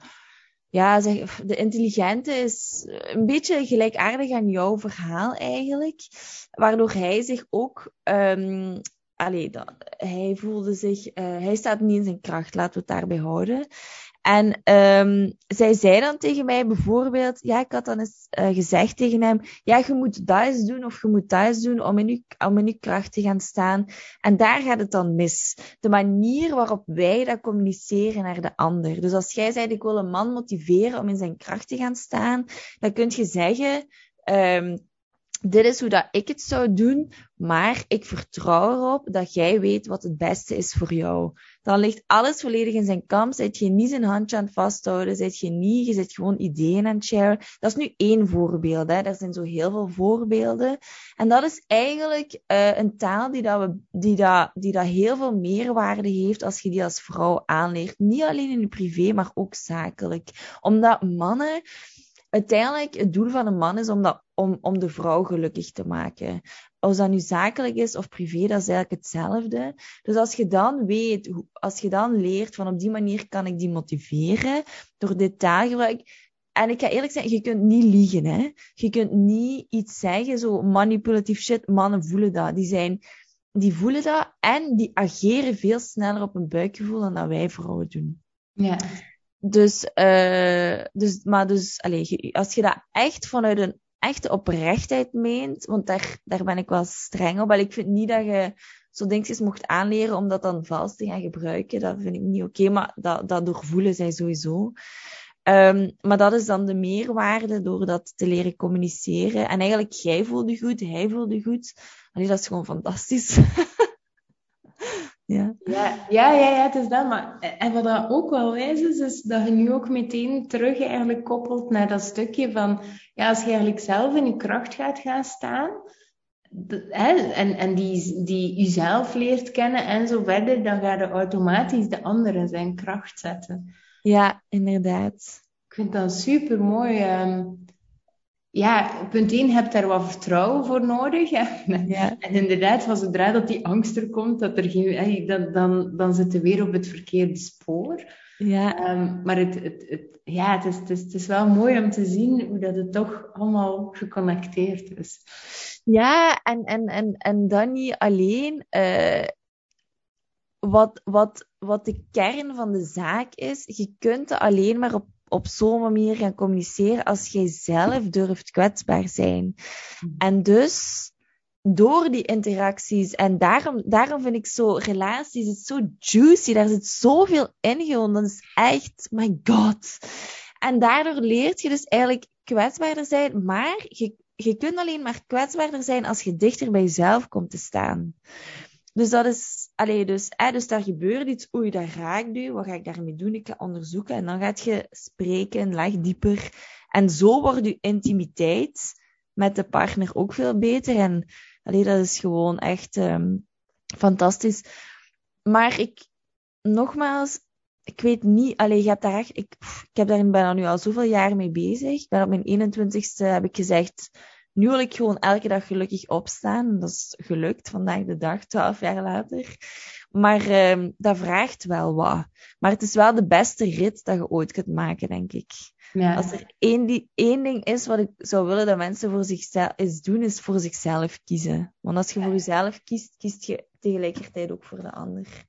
ja, zeg, de intelligente is een beetje gelijkaardig aan jouw verhaal eigenlijk. Waardoor hij zich ook... Um, Allee, dat, hij voelde zich... Uh, hij staat niet in zijn kracht, laten we het daarbij houden. En um, zij zei dan tegen mij bijvoorbeeld... Ja, ik had dan eens uh, gezegd tegen hem... Ja, je moet dat eens doen of je moet dat eens doen om in, je, om in je kracht te gaan staan. En daar gaat het dan mis. De manier waarop wij dat communiceren naar de ander. Dus als jij zegt, ik wil een man motiveren om in zijn kracht te gaan staan... Dan kun je zeggen... Um, Dit is hoe dat ik het zou doen, maar ik vertrouw erop dat jij weet wat het beste is voor jou. Dan ligt alles volledig in zijn kamp, zit je niet zijn handje aan het vasthouden, zit je niet, je zit gewoon ideeën aan het sharen. Dat is nu één voorbeeld, hè. Er zijn zo heel veel voorbeelden. En dat is eigenlijk uh, een taal die, dat we, die, dat, die dat heel veel meerwaarde heeft als je die als vrouw aanleert. Niet alleen in je privé, maar ook zakelijk. Omdat mannen... Uiteindelijk, het doel van een man is om, dat, om, om de vrouw gelukkig te maken. Als dat nu zakelijk is of privé, dat is eigenlijk hetzelfde. Dus als je dan weet, als je dan leert van op die manier kan ik die motiveren, door dit taalgebruik. En ik ga eerlijk zeggen, je kunt niet liegen, hè. Je kunt niet iets zeggen, zo manipulatief shit. Mannen voelen dat. Die zijn, die voelen dat en die ageren veel sneller op een buikgevoel dan dat wij vrouwen doen. Ja. Dus, uh, dus, maar dus, allez, als je dat echt vanuit een echte oprechtheid meent, want daar, daar ben ik wel streng op. Allee, ik vind niet dat je zo dingetjes mocht aanleren om dat dan vals te gaan gebruiken. Dat vind ik niet oké, okay, maar dat, dat doorvoelen zij sowieso. Um, maar dat is dan de meerwaarde door dat te leren communiceren. En eigenlijk, jij voelde goed, hij voelde goed. Allee, dat is gewoon fantastisch. Ja. Ja, ja, ja, ja, het is dat. Maar, en wat dat ook wel wijs is, is dat je nu ook meteen terug eigenlijk koppelt naar dat stukje van, ja, als je eigenlijk zelf in je kracht gaat gaan staan, de, hè, en, en die, die jezelf leert kennen en zo verder, dan ga je automatisch de ander in zijn kracht zetten. Ja, inderdaad. Ik vind dat super mooi. Um, Ja, punt één, je hebt daar wat vertrouwen voor nodig. Hè? Ja. En inderdaad, van zodra dat die angst er komt, dat er geen, dan, dan, dan zit je weer op het verkeerde spoor. Ja. Um, maar het, het, het, ja, het, is, het, is, het is wel mooi om te zien hoe dat het toch allemaal geconnecteerd is. Ja, en, en, en, en dan niet alleen. Uh, wat, wat, wat de kern van de zaak is, je kunt alleen maar op, op zo'n manier gaan communiceren als jij zelf durft kwetsbaar zijn. Mm. En dus, door die interacties, en daarom, daarom vind ik zo, relaties is zo juicy, daar zit zoveel in gewoon, dat is echt, my god. En daardoor leert je dus eigenlijk kwetsbaarder zijn, maar je, je kunt alleen maar kwetsbaarder zijn als je dichter bij jezelf komt te staan. Dus dat is, allee, dus, eh, dus daar gebeurt iets, oei, dat raakt u, wat ga ik daarmee doen? Ik ga onderzoeken en dan gaat je spreken, een laag dieper. En zo wordt je intimiteit met de partner ook veel beter. En allee, dat is gewoon echt um, fantastisch. Maar ik, nogmaals, ik weet niet, allee, je hebt daar echt, ik, pff, ik heb daar bijna nu al zoveel jaar mee bezig. Ik ben op mijn eenentwintigste, heb ik gezegd, nu wil ik gewoon elke dag gelukkig opstaan. Dat is gelukt, vandaag de dag, twaalf jaar later. Maar um, dat vraagt wel wat. Maar het is wel de beste rit dat je ooit kunt maken, denk ik. Ja. Als er één, die, één ding is wat ik zou willen dat mensen voor zichzelf is doen, is voor zichzelf kiezen. Want als je voor jezelf kiest, kiest je tegelijkertijd ook voor de ander.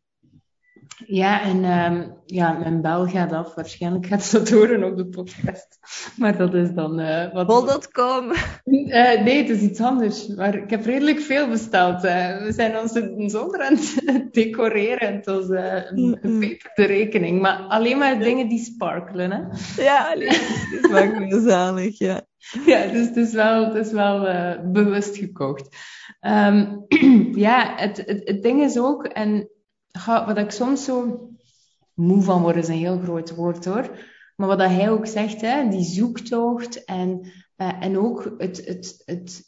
Ja, en um, ja, mijn bel gaat af. Waarschijnlijk gaat ze dat horen op de podcast. Maar dat is dan... Uh, wat... bol punt com uh, Nee, het is iets anders. Maar ik heb redelijk veel besteld. Uh, we zijn ons zonder aan het decoreren. Het was uh, een gepeperde rekening. Maar alleen maar dingen die sparkelen, hè? Ja, alleen. Dat maakt me zalig, ja. Ja, dus het is wel, het is wel uh, bewust gekocht. Um, ja, het, het, het ding is ook... En, wat ik soms zo moe van word, is een heel groot woord hoor. Maar wat dat hij ook zegt, hè, die zoektocht en, uh, en ook het, het, het...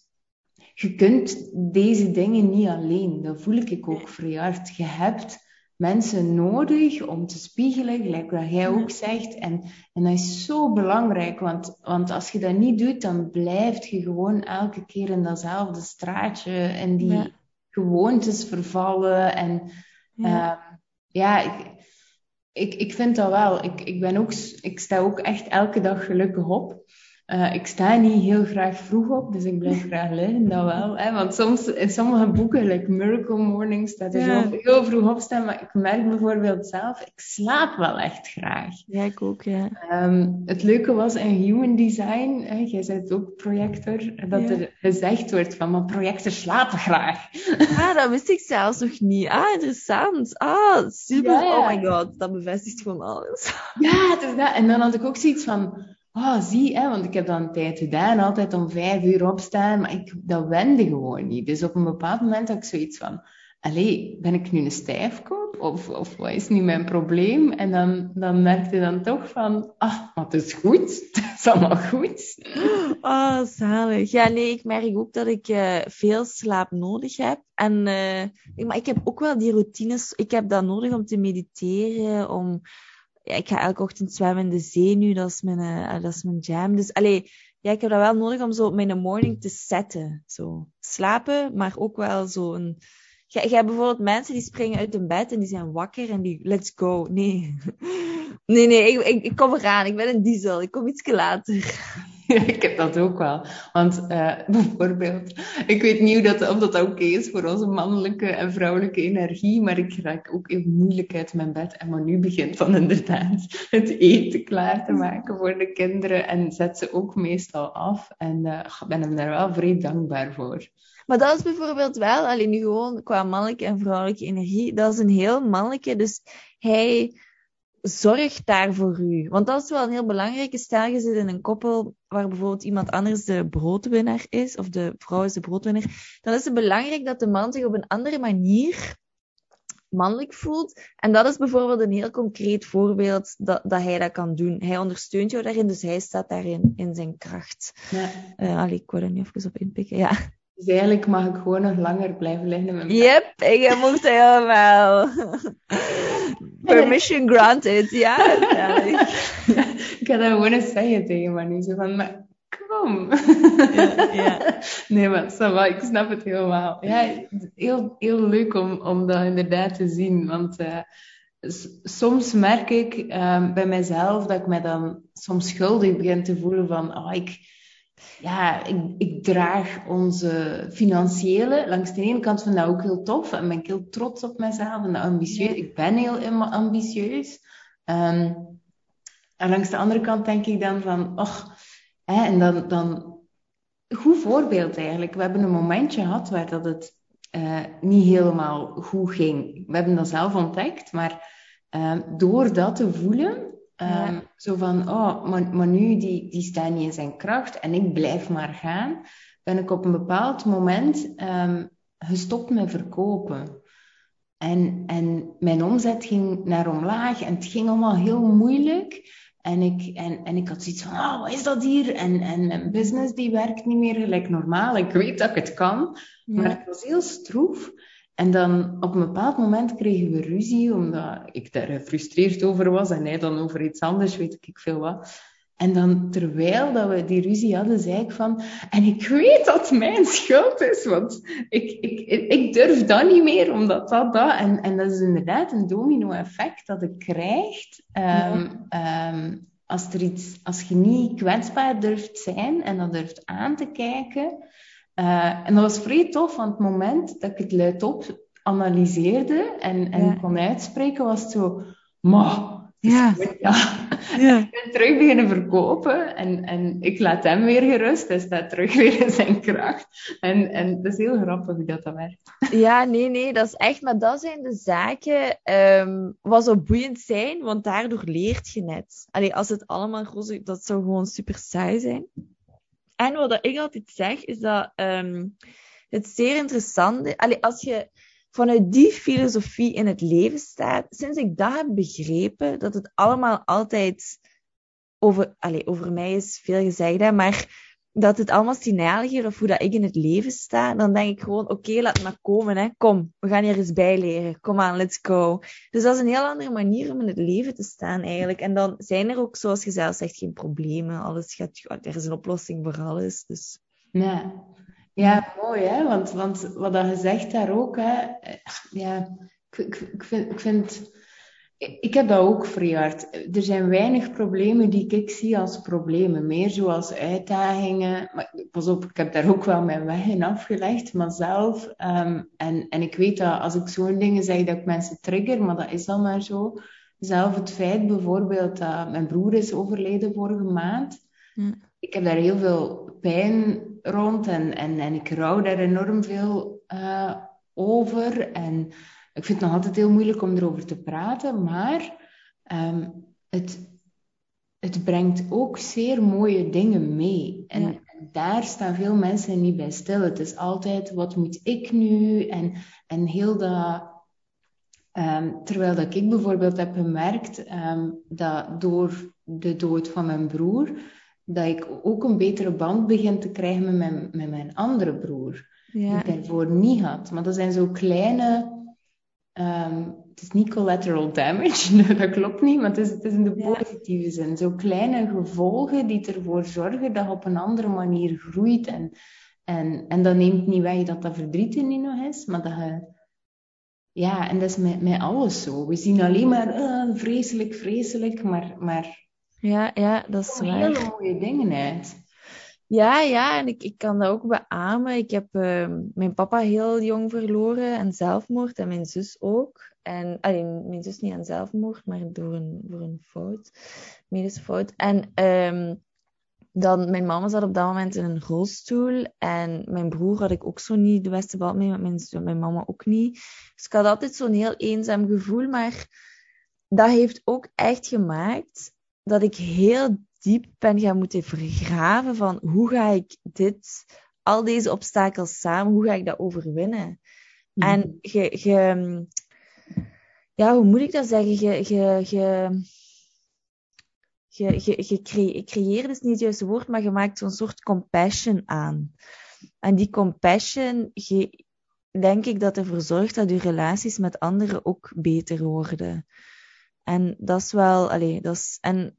Je kunt deze dingen niet alleen. Dat voel ik ook vrij hard. Je hebt mensen nodig om te spiegelen, gelijk wat jij ook zegt. En, en dat is zo belangrijk, want, want als je dat niet doet, dan blijf je gewoon elke keer in datzelfde straatje en die ja. gewoontes vervallen en... Ja, uh, ja ik, ik, ik vind dat wel. Ik, ik, ben ook, ik sta ook echt elke dag gelukkig op. Uh, ik sta niet heel graag vroeg op, dus ik blijf graag liggen, dat wel. Hè? Want soms in sommige boeken, like Miracle Morning, staat er ja. zo heel vroeg opstaan. Maar ik merk bijvoorbeeld zelf, ik slaap wel echt graag. Ja, ik ook, ja. Um, het leuke was in Human Design, hè, jij bent ook projector, dat ja. er gezegd wordt van, maar projectors slapen graag. Ah, dat wist ik zelfs nog niet. Ah, interessant. Ah, super. Ja, ja. Oh my god, dat bevestigt gewoon alles. Ja, het is dat. En dan had ik ook zoiets van... Oh, zie, hè, want ik heb dan een tijd gedaan, altijd om vijf uur opstaan, maar ik, dat wende gewoon niet. Dus op een bepaald moment had ik zoiets van, allee, ben ik nu een stijfkop? Of, of wat is nu mijn probleem? En dan, dan merkte je dan toch van, ah, maar het is goed, het is allemaal goed. Oh, zalig. Ja, nee, ik merk ook dat ik uh, veel slaap nodig heb. En, uh, ik, maar ik heb ook wel die routines, ik heb dat nodig om te mediteren, om... Ja, ik ga elke ochtend zwemmen in de zee nu, dat is mijn, uh, dat is mijn jam. Dus allee, ja, ik heb dat wel nodig om zo mijn morning te setten. Zo slapen, maar ook wel zo een... Je, je hebt bijvoorbeeld mensen die springen uit hun bed en die zijn wakker en die, let's go. Nee, nee, nee, ik, ik, ik kom eraan. Ik ben een diesel. Ik kom iets later. Ja, ik heb dat ook wel. Want uh, bijvoorbeeld, ik weet niet hoe dat, of dat oké okay is voor onze mannelijke en vrouwelijke energie, maar ik raak ook heel moeilijk uit mijn bed. En maar nu begint dan inderdaad het eten klaar te maken voor de kinderen en zet ze ook meestal af. En uh, ik ben hem daar wel vrij dankbaar voor. Maar dat is bijvoorbeeld wel, alleen nu gewoon qua mannelijke en vrouwelijke energie, dat is een heel mannelijke, dus hij... Zorg daar voor u. Want dat is wel een heel belangrijke. Stel, je zit in een koppel waar bijvoorbeeld iemand anders de broodwinnaar is, of de vrouw is de broodwinnaar, dan is het belangrijk dat de man zich op een andere manier mannelijk voelt. En dat is bijvoorbeeld een heel concreet voorbeeld dat, dat hij dat kan doen. Hij ondersteunt jou daarin, dus hij staat daarin in zijn kracht. Ja. Uh, allee, ik wou er nu even op inpikken, ja. Dus eigenlijk mag ik gewoon nog langer blijven liggen in mijn bed. Yep, ik moet helemaal. Permission granted, ja. ja. Ik ga dat gewoon eens zeggen tegen Manu, zo van, maar kom. Ja, ja. Nee, maar Sava, ik snap het helemaal. Ja, heel, heel leuk om, om dat inderdaad te zien, want uh, s- soms merk ik um, bij mezelf dat ik me dan soms schuldig begin te voelen van, oh, ik, ja, ik, ik draag onze financiële, langs de ene kant vind ik dat ook heel tof en ben ik heel trots op mezelf en ambitieus. Ja. Ik ben heel am- ambitieus. Um, en langs de andere kant denk ik dan van, och, hè, en dan, dan, goed voorbeeld eigenlijk. We hebben een momentje gehad waar dat het uh, niet helemaal goed ging. We hebben dat zelf ontdekt, maar uh, door dat te voelen, um, Ja. zo van, oh, maar, maar nu die, die staat niet in zijn kracht en ik blijf maar gaan, ben ik op een bepaald moment um, gestopt met verkopen. En, en mijn omzet ging naar omlaag en het ging allemaal heel moeilijk. En ik, en, en ik had zoiets van, oh, wat is dat hier? En, en mijn business die werkt niet meer gelijk normaal. Ik weet dat ik het kan, Ja. maar het was heel stroef. En dan op een bepaald moment kregen we ruzie, omdat ik daar gefrustreerd over was en hij dan over iets anders, weet ik veel wat. En dan, terwijl dat we die ruzie hadden, zei ik van... En ik weet dat het mijn schuld is, want ik, ik, ik durf dat niet meer, omdat dat, dat... En, en dat is inderdaad een domino-effect dat je krijgt. Um, um, als, er iets, als je niet kwetsbaar durft zijn en dat durft aan te kijken. Uh, en dat was vrij tof, want het moment dat ik het luidop analyseerde en, en Ja. kon uitspreken, was het zo... Ma, Ja. ja. Ja. Ik ben terug beginnen verkopen en, en ik laat hem weer gerust. Hij staat terug weer in zijn kracht. En, en dat is heel grappig hoe dat, dat werkt. Ja, nee, nee, dat is echt... Maar dat zijn de zaken um, wat zo boeiend zijn, want daardoor leert je net. Allee, als het allemaal roze... Dat zou gewoon super saai zijn. En wat ik altijd zeg, is dat um, het zeer interessant is... Allee, als je vanuit die filosofie in het leven staat, sinds ik dat heb begrepen, dat het allemaal altijd over... Allee, over mij is veel gezegd, hè, maar dat het allemaal signaal geeft of hoe dat ik in het leven sta, dan denk ik gewoon, oké, okay, laat maar komen, hè. Kom, we gaan hier eens bij leren. Kom aan, let's go. Dus dat is een heel andere manier om in het leven te staan, eigenlijk. En dan zijn er ook, zoals je zelf zegt, geen problemen. Alles gaat, er is een oplossing voor alles, dus... Ja, ja, mooi, hè? Want, want wat dat je zegt daar ook, hè? Ja, ik, ik, ik vind... Ik vind Ik heb dat ook verjaard. Er zijn weinig problemen die ik zie als problemen. Meer zoals uitdagingen. Maar pas op, ik heb daar ook wel mijn weg in afgelegd. Maar zelf... Um, en, en ik weet dat als ik zo'n dingen zeg, dat ik mensen trigger. Maar dat is dan maar zo. Zelf het feit bijvoorbeeld dat mijn broer is overleden vorige maand. Ja. Ik heb daar heel veel pijn rond. En, en, en ik rouw daar enorm veel uh, over. En... Ik vind het nog altijd heel moeilijk om erover te praten, maar um, het, het brengt ook zeer mooie dingen mee. En, Ja. en daar staan veel mensen niet bij stil. Het is altijd, wat moet ik nu? En, en heel dat... Um, terwijl dat ik bijvoorbeeld heb gemerkt um, dat door de dood van mijn broer, dat ik ook een betere band begin te krijgen met mijn, met mijn andere broer. Ja. Die ik daarvoor niet had. Maar dat zijn zo kleine... Um, het is niet collateral damage, dat klopt niet, maar het is, het is in de positieve zin. Zo kleine gevolgen die ervoor zorgen dat je op een andere manier groeit. En, en, en dat neemt niet weg dat dat verdriet er niet nog is, maar dat je... Ja, en dat is met, met alles zo. We zien alleen maar uh, vreselijk, vreselijk, maar, maar Ja, ja, dat is er komen waar. hele mooie dingen uit. Ja, ja, en ik, ik kan dat ook beamen. Ik heb uh, mijn papa heel jong verloren aan zelfmoord en mijn zus ook. En, allee, mijn zus niet aan zelfmoord, maar door een, door een fout, medische fout. En um, dan, mijn mama zat op dat moment in een rolstoel en mijn broer had ik ook zo niet de beste band mee, met mijn, mijn mama ook niet. Dus ik had altijd zo'n heel eenzaam gevoel, maar dat heeft ook echt gemaakt dat ik heel diep ben gaan moeten vergraven van hoe ga ik dit, al deze obstakels samen, hoe ga ik dat overwinnen? Mm. En je, je, ja, hoe moet ik dat zeggen? Je, je, je, je, je, je cre- creëert is niet het juiste woord, maar je maakt zo'n soort compassion aan. En die compassion, je, denk ik dat ervoor zorgt dat je relaties met anderen ook beter worden. En dat is wel, allee, dat is, en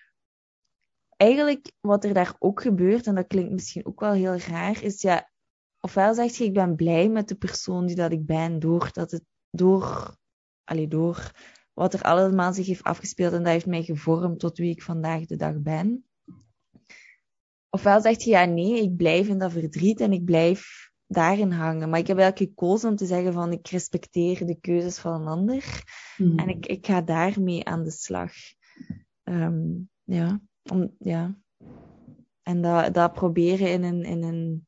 eigenlijk wat er daar ook gebeurt, en dat klinkt misschien ook wel heel raar, is ja, ofwel zeg je, ik ben blij met de persoon die dat ik ben, door dat het, door, allee, door wat er allemaal zich heeft afgespeeld. En dat heeft mij gevormd tot wie ik vandaag de dag ben. Ofwel zegt je, ja, nee, ik blijf in dat verdriet en ik blijf daarin hangen. Maar ik heb eigenlijk gekozen om te zeggen van, ik respecteer de keuzes van een ander. Hmm. En ik, ik ga daarmee aan de slag. Um, ja, om, ja. En dat, dat proberen in een, in een,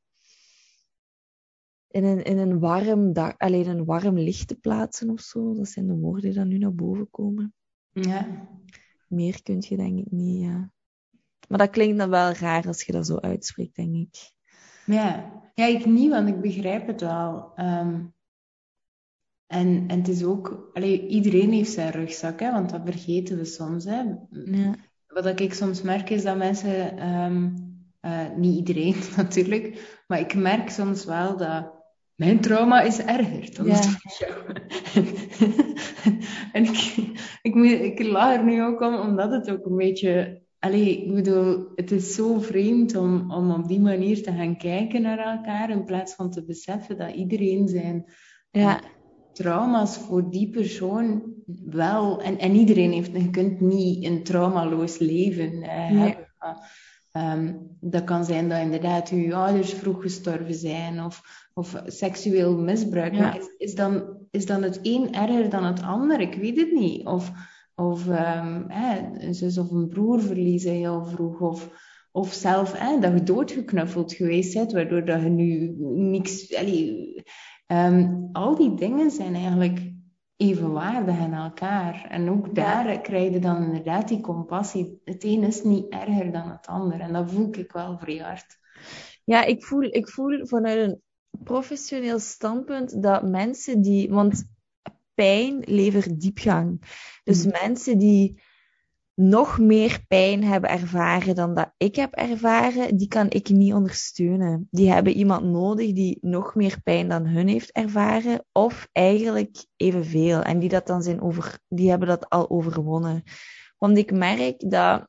in een, in een warm dag, alleen een warm licht te plaatsen of zo. Dat zijn de woorden die dan nu naar boven komen. Ja. Meer kun je denk ik niet, ja. Maar dat klinkt dan wel raar als je dat zo uitspreekt, denk ik. Ja. Ja, ik niet, want ik begrijp het wel. Um, en, en het is ook... Allee, iedereen heeft zijn rugzak, hè, want dat vergeten we soms. Hè. Ja. Wat ik soms merk is dat mensen... Um, uh, niet iedereen natuurlijk, maar ik merk soms wel dat mijn trauma is erger dan Ja. dat van jou. En ik, ik, moet, ik lach er nu ook om, omdat het ook een beetje... Allee, ik bedoel, het is zo vreemd om, om op die manier te gaan kijken naar elkaar, in plaats van te beseffen dat iedereen zijn Ja. uh, trauma's voor die persoon wel... En, en iedereen heeft... Je kunt niet een traumaloos leven uh, Nee. hebben. Um, dat kan zijn dat inderdaad je ouders vroeg gestorven zijn of, of seksueel misbruik. Ja. Maar is, is, dan, is dan het een erger dan het ander? Ik weet het niet. Of, of um, eh, een zus of een broer verliezen heel vroeg. Of, of zelf eh, dat je doodgeknuffeld geweest bent, waardoor dat je nu niks... Allee, um, al die dingen zijn eigenlijk evenwaardig aan elkaar. En ook daar Ja. krijg je dan inderdaad die compassie. Het een is niet erger dan het ander. En dat voel ik wel vrij hard. Ja, ik voel, ik voel vanuit een professioneel standpunt dat mensen die... Want pijn levert diepgang. Dus Mm. mensen die nog meer pijn hebben ervaren dan dat ik heb ervaren, die kan ik niet ondersteunen. Die hebben iemand nodig die nog meer pijn dan hun heeft ervaren, of eigenlijk evenveel. En die, dat dan zijn over, die hebben dat al overwonnen. Want ik merk dat,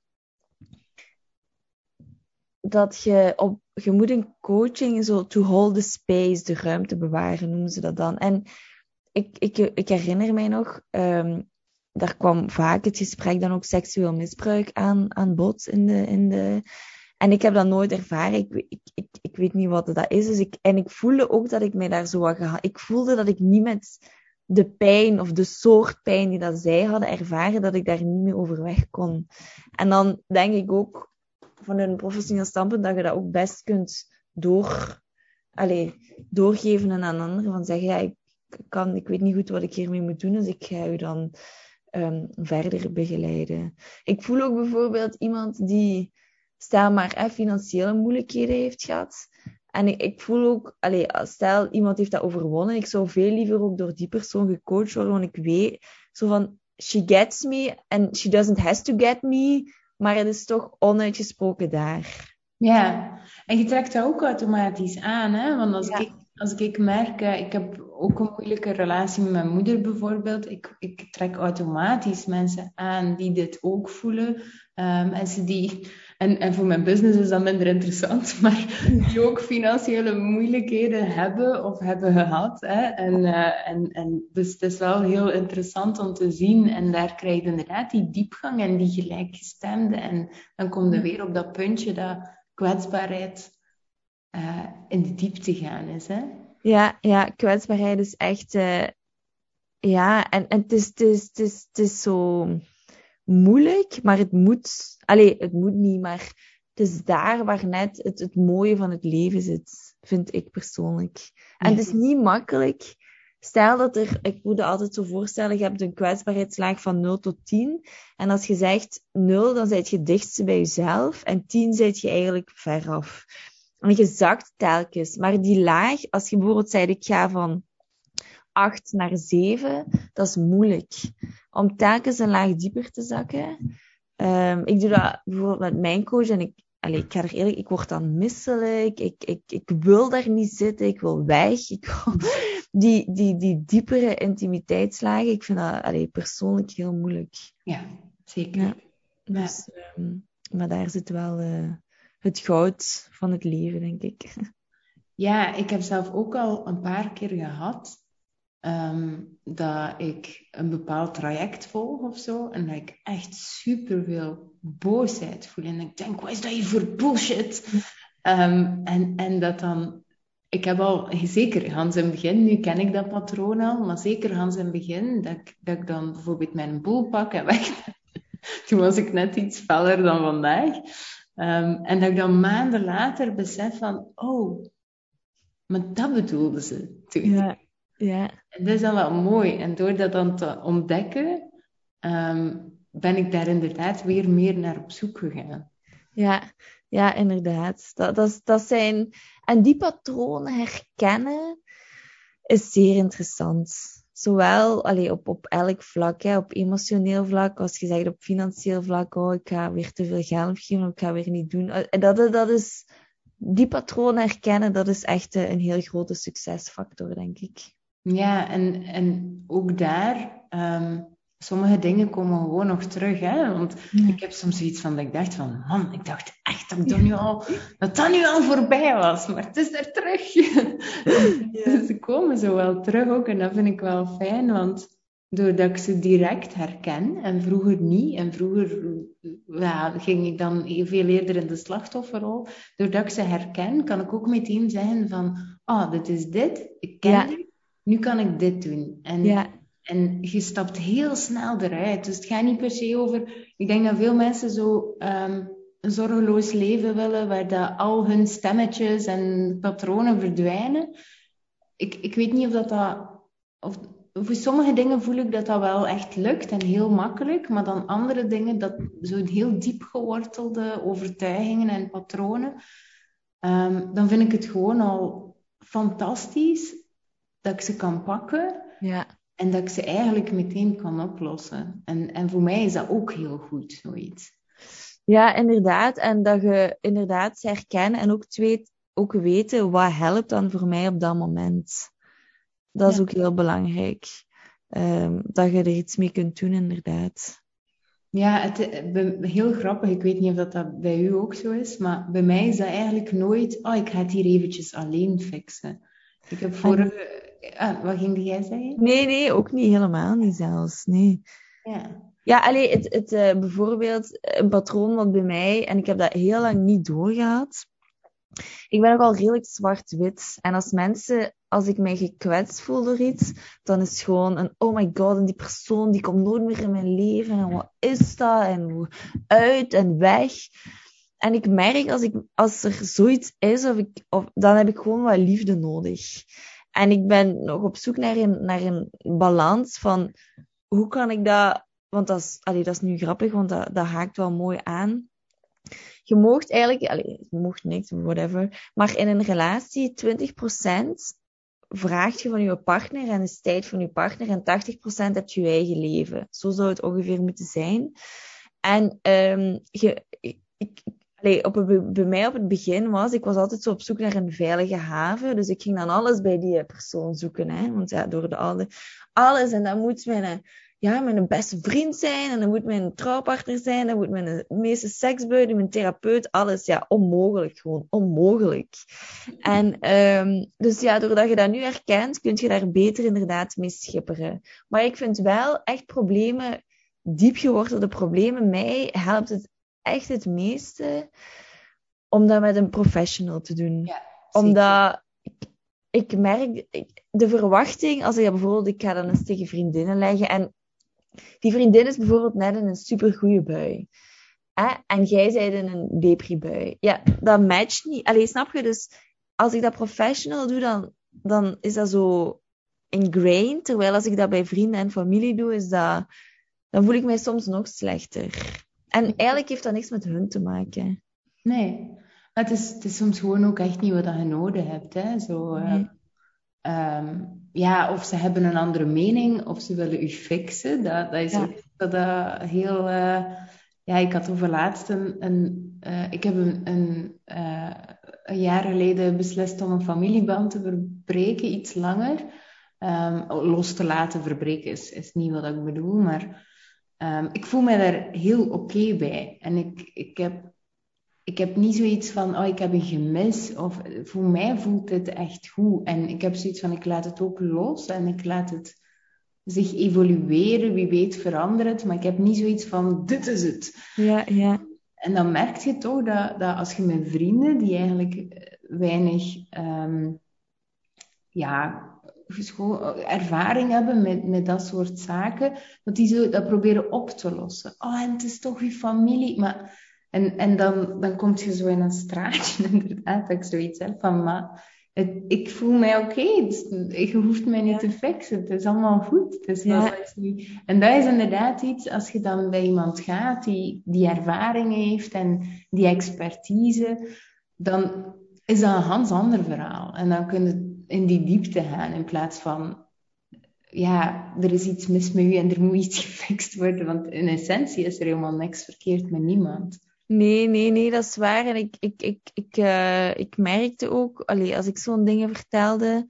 dat je op, je moet een coaching zo to hold the space, de ruimte bewaren, noemen ze dat dan. En ik, ik, ik herinner mij nog, um, daar kwam vaak het gesprek dan ook seksueel misbruik aan, aan bod in de, in de... En ik heb dat nooit ervaren. Ik, ik, ik, ik weet niet wat dat is. Dus ik, en ik voelde ook dat ik mij daar zo wat gehad... Ik voelde dat ik niet met de pijn of de soort pijn die dat zij hadden ervaren, dat ik daar niet mee overweg kon. En dan denk ik ook vanuit een professioneel standpunt dat je dat ook best kunt door, allez, doorgeven aan een ander. Van zeggen, ja, ik, kan, ik weet niet goed wat ik hiermee moet doen, dus ik ga u dan um, verder begeleiden. Ik voel ook bijvoorbeeld iemand die, stel maar, eh, financiële moeilijkheden heeft gehad. En ik, ik voel ook, allez, stel iemand heeft dat overwonnen, ik zou veel liever ook door die persoon gecoacht worden, want ik weet, zo van, she gets me and she doesn't have to get me, maar het is toch onuitgesproken daar. Ja, en je trekt dat ook automatisch aan, hè? Want als, Ja. ik, als ik merk, ik heb ook een moeilijke relatie met mijn moeder bijvoorbeeld, ik, ik trek automatisch mensen aan die dit ook voelen. Um, mensen die, en, en voor mijn business is dat minder interessant, maar die ook financiële moeilijkheden hebben of hebben gehad. Hè? En, uh, en, en dus het is wel heel interessant om te zien. En daar krijg je inderdaad die diepgang en die gelijkgestemde. En dan kom je weer op dat puntje dat kwetsbaarheid uh, in de diepte gaan is, hè? Ja, ja, kwetsbaarheid is echt... Uh, ja, en, en het, is, het, is, het, is, het is zo moeilijk, maar het moet... Allee, het moet niet, maar het is daar waar net het, het mooie van het leven zit, vind ik persoonlijk. En Ja. het is niet makkelijk. Stel dat er... Ik moet het altijd zo voorstellen, je hebt een kwetsbaarheidslaag van nul tot tien. En als je zegt nul, dan ben je het dichtste bij jezelf. En tien ben je eigenlijk veraf. En je zakt telkens. Maar die laag, als je bijvoorbeeld zegt, ik ga van acht naar zeven, dat is moeilijk. Om telkens een laag dieper te zakken. Um, ik doe dat bijvoorbeeld met mijn coach en ik, allez, ik ga er eerlijk, ik word dan misselijk. Ik, ik, ik wil daar niet zitten, ik wil weg. Ik wil die, die, die diepere intimiteitslagen, ik vind dat allez, persoonlijk heel moeilijk. Ja, zeker. Ja. Dus, ja. Um, maar daar zit wel... Uh, het goud van het leven, denk ik. Ja, ik heb zelf ook al een paar keer gehad. um, dat ik een bepaald traject volg of zo. En dat ik echt superveel boosheid voel. En ik denk, wat is dat hier voor bullshit? Um, en, en dat dan... Ik heb al, zeker Hans in het begin, nu ken ik dat patroon al, maar zeker Hans in het begin, dat ik, dat ik dan bijvoorbeeld mijn boel pak en weg ben. Toen was ik net iets feller dan vandaag. Um, en dat ik dan maanden later besef van, oh, maar dat bedoelden ze toen. Ja, ja. En dat is dan wel mooi. En door dat dan te ontdekken, um, ben ik daar inderdaad weer meer naar op zoek gegaan. Ja, ja, inderdaad. Dat, dat, dat zijn... En die patronen herkennen is zeer interessant. Zowel allee, op, op elk vlak, hè, op emotioneel vlak, als je zegt op financieel vlak, oh, ik ga weer te veel geld geven, of ik ga weer niet doen. Dat, dat is, die patronen herkennen, dat is echt een heel grote succesfactor, denk ik. Ja, en, en ook daar... Um, sommige dingen komen gewoon nog terug, hè? Want ja. Ik heb soms zoiets van dat ik dacht van, man, ik dacht echt dat dat nu al, dat dat nu al voorbij was, maar het is er terug. Ja. Ze komen zo wel terug ook en dat vind ik wel fijn, want doordat ik ze direct herken en vroeger niet, en vroeger ja, ging ik dan veel eerder in de slachtofferrol, doordat ik ze herken, kan ik ook meteen zeggen van, ah, oh, dit is dit, ik ken ja. dit, nu kan ik dit doen. En ja. En je stapt heel snel eruit. Dus het gaat niet per se over... Ik denk dat veel mensen zo um, een zorgeloos leven willen, waar dat al hun stemmetjes en patronen verdwijnen. Ik, ik weet niet of dat... dat of, voor sommige dingen voel ik dat dat wel echt lukt en heel makkelijk. Maar dan andere dingen, dat zo'n heel diep gewortelde overtuigingen en patronen. Um, dan vind ik het gewoon al fantastisch dat ik ze kan pakken. Ja. En dat ik ze eigenlijk meteen kan oplossen. En, en voor mij is dat ook heel goed, zoiets. Ja, inderdaad. En dat je inderdaad herkennen en ook, weet, ook weten wat helpt dan voor mij op dat moment. Dat is ja. ook heel belangrijk. Um, dat je er iets mee kunt doen, inderdaad. Ja, het, heel grappig. Ik weet niet of dat, dat bij u ook zo is. Maar bij mij is dat eigenlijk nooit... Oh, ik ga het hier eventjes alleen fixen. Ik heb vorige... Ah, wat ging jij zeggen? Nee, nee, ook niet. Helemaal niet zelfs. Nee. Ja. Ja, allee, het, het, uh, bijvoorbeeld een patroon wat bij mij... En ik heb dat heel lang niet doorgehad. Ik ben ook al redelijk zwart-wit. En als mensen... Als ik mij gekwetst voel door iets, dan is het gewoon een... Oh my god, en die persoon die komt nooit meer in mijn leven. En wat is dat? En hoe uit en weg... En ik merk, als, ik, als er zoiets is, of ik, of, dan heb ik gewoon wat liefde nodig. En ik ben nog op zoek naar een, naar een balans van... Hoe kan ik dat... Want dat is, allee, dat is nu grappig, want dat, dat haakt wel mooi aan. Je moogt eigenlijk... Allee, je moogt niks, whatever. Maar in een relatie, twintig procent vraagt je van je partner en is tijd van je partner. En tachtig procent heb je je eigen leven. Zo zou het ongeveer moeten zijn. En um, je... Ik, Allee, op het, bij mij op het begin was, ik was altijd zo op zoek naar een veilige haven. Dus ik ging dan alles bij die persoon zoeken. Hè? Want ja, door de oude... Alles. En dat moet mijn, ja, mijn beste vriend zijn. En dat moet mijn trouwpartner zijn. Dat moet mijn meeste seksbuddy, mijn therapeut. Alles. Ja, onmogelijk. Gewoon onmogelijk. En um, dus ja, doordat je dat nu herkent, kun je daar beter inderdaad mee schipperen. Maar ik vind wel echt problemen, diep gewortelde problemen, mij helpt het echt het meeste om dat met een professional te doen. Ja, omdat ik, ik merk, ik, de verwachting, als ik bijvoorbeeld, ik ga dan eens tegen vriendinnen leggen en die vriendin is bijvoorbeeld net in een supergoeie bui. Hè? En jij bent in een depri-bui. Ja, dat matcht niet. Allee, snap je? Dus als ik dat professional doe, dan, dan is dat zo ingrained. Terwijl als ik dat bij vrienden en familie doe, is dat, dan voel ik mij soms nog slechter. En eigenlijk heeft dat niks met hun te maken. Nee, maar het is, het is soms gewoon ook echt niet wat je nodig hebt. Hè? Zo, nee. uh, um, ja, of ze hebben een andere mening, of ze willen u fixen. Dat, dat is ja. ook dat, dat heel... Uh, ja, ik had over laatst een... een uh, ik heb een, een, uh, een jaar geleden beslist om een familieband te verbreken, iets langer. Um, los te laten verbreken is, is niet wat ik bedoel, maar... Um, ik voel me daar heel oké okay bij. En ik, ik heb ik heb niet zoiets van, oh, ik heb een gemis. Of voor mij voelt het echt goed. En ik heb zoiets van, ik laat het ook los en ik laat het zich evolueren. Wie weet verandert het. Maar ik heb niet zoiets van, dit is het. Ja, ja. En dan merk je toch dat, dat als je met vrienden die eigenlijk eh, weinig ehm, ja, gescho- ervaring hebben met, met dat soort zaken, dat die zo, dat proberen op te lossen. Oh, en het is toch je familie. Maar, en en dan, dan kom je zo in een straatje, inderdaad, dat ik zoiets heb van, maar het, ik voel mij oké. Okay. Je hoeft mij niet Ja. te fixen. Het is allemaal goed. Het is wel, Ja. dat is niet... En dat is inderdaad iets, als je dan bij iemand gaat die die ervaring heeft en die expertise, dan is dat een ganz ander verhaal. En dan kun je in die diepte gaan in plaats van, ja, er is iets mis met u en er moet iets gefixt worden. Want in essentie is er helemaal niks verkeerd met niemand. Nee, nee, nee, dat is waar. En ik, ik, ik, ik, eh, ik merkte ook, allee, als ik zo'n dingen vertelde,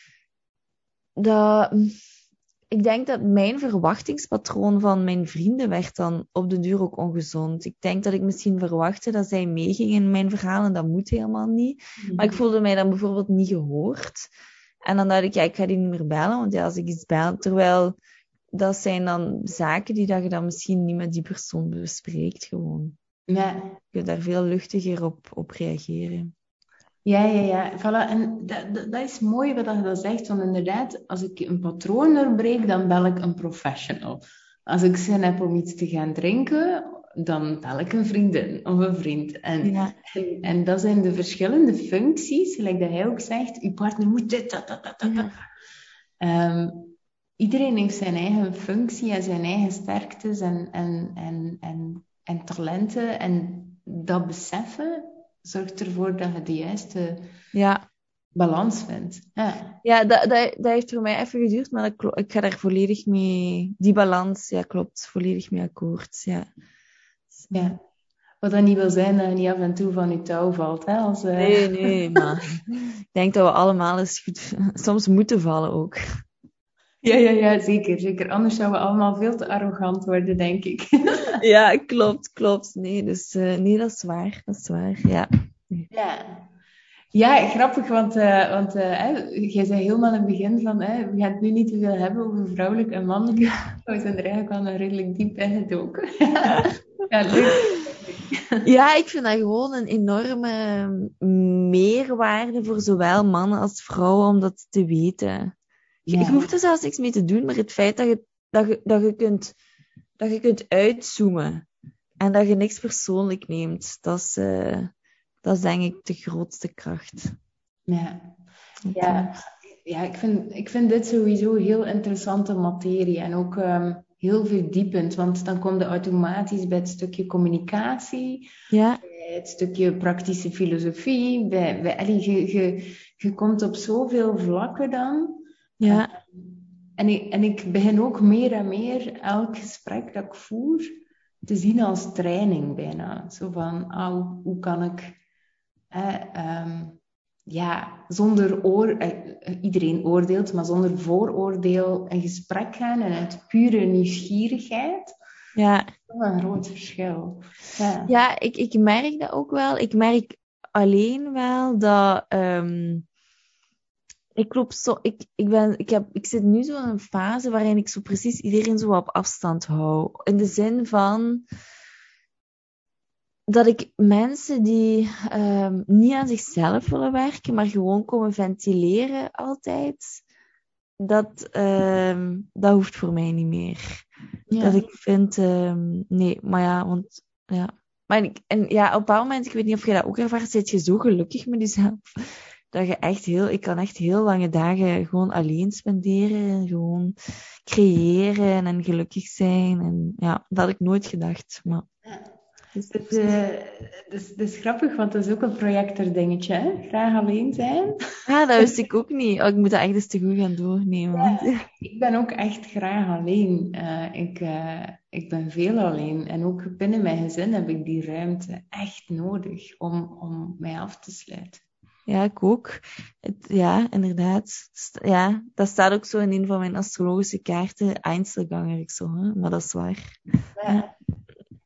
dat ik denk dat mijn verwachtingspatroon van mijn vrienden werd dan op de duur ook ongezond. Ik denk dat ik misschien verwachtte dat zij meegingen in mijn verhaal en dat moet helemaal niet. Maar ik voelde mij dan bijvoorbeeld niet gehoord. En dan dacht ik, ja, ik ga die niet meer bellen, want ja, als ik iets bel, terwijl dat zijn dan zaken die dat je dan misschien niet met die persoon bespreekt gewoon. Ja. Je kunt daar veel luchtiger op, op reageren. Ja, ja, ja. Voilà. En dat, dat, dat is mooi wat je dat zegt. Want inderdaad, als ik een patroon doorbreek, dan bel ik een professional. Als ik zin heb om iets te gaan drinken, dan bel ik een vriendin of een vriend. En, Ja. en, en dat zijn de verschillende functies, gelijk dat hij ook zegt. Uw partner moet dit, dat, dat, dat, dat. Ja. Ehm, iedereen heeft zijn eigen functie en zijn eigen sterktes en, en, en, en, en talenten. En dat beseffen zorgt ervoor dat je de juiste Ja. balans vindt. Ja, Ja, dat, dat, dat heeft voor mij even geduurd, maar dat klo- ik ga daar volledig mee... Die balans, ja, klopt. Volledig mee akkoord, ja. ja. Wat dat niet wil zijn dat je niet af en toe van je touw valt. Hè? Als, uh... Nee, nee, maar ik denk dat we allemaal eens goed... Soms moeten vallen ook. Ja, ja, ja, zeker, zeker. Anders zouden we allemaal veel te arrogant worden, denk ik. Ja, klopt, klopt. Nee, dus uh, nee, dat is waar. Dat is waar, ja. Ja. Ja, grappig, want, uh, want uh, hè, jij zei helemaal in het begin van, hè, we gaan het nu niet te veel hebben over vrouwelijk en mannelijk. Ja. We zijn er eigenlijk al nog redelijk diep in gedoken. Ja, leuk. Ja, ik vind dat gewoon een enorme meerwaarde voor zowel mannen als vrouwen om dat te weten. Je, Ja. je hoeft er zelfs niks mee te doen, maar het feit dat je, dat je, dat je, kunt, dat je kunt uitzoomen en dat je niks persoonlijk neemt, dat is, uh, dat is denk ik de grootste kracht. Ja, ja. Ja, ik vind, ik vind dit sowieso heel interessante materie en ook um, heel verdiepend, want dan kom je automatisch bij het stukje communicatie, Ja. bij het stukje praktische filosofie, bij, bij, allee, je, je, je komt op zoveel vlakken dan. Ja. Uh, en, ik, en ik begin ook meer en meer elk gesprek dat ik voer te zien als training bijna. Zo van, ah, hoe, hoe kan ik... Eh, um, ja, zonder oor, eh, iedereen oordeelt, maar zonder vooroordeel een gesprek gaan en uit pure nieuwsgierigheid. Ja. Dat is een groot verschil. Ja, ja ik, ik merk dat ook wel. Ik merk alleen wel dat... Um, ik loop zo... Ik, ik, ben, ik, heb, ik zit nu zo in een fase waarin ik zo precies iedereen zo op afstand hou. In de zin van... dat ik mensen die um, niet aan zichzelf willen werken, maar gewoon komen ventileren altijd, dat, um, dat hoeft voor mij niet meer. Ja. Dat ik vind, um, nee, maar ja, want, ja. Maar ik, en ja, op een bepaald moment, ik weet niet of je dat ook ervaart, zit je zo gelukkig met jezelf, dat je echt heel, ik kan echt heel lange dagen gewoon alleen spenderen, en gewoon creëren en gelukkig zijn. En ja, dat had ik nooit gedacht, maar... Dus het, uh, dus, dus grappig, want dat is ook een projector-dingetje, hè? Graag alleen zijn. Ja, dat wist ik ook niet. Oh, ik moet dat echt eens te goed gaan doornemen. Ja, ik ben ook echt graag alleen. Uh, ik, uh, ik ben veel alleen. En ook binnen mijn gezin heb ik die ruimte echt nodig om, om mij af te sluiten. Ja, ik ook. Het, ja, inderdaad. Ja, dat staat ook zo in een van mijn astrologische kaarten. Einzelganger, ik zo, hè? Maar dat is waar. Ja.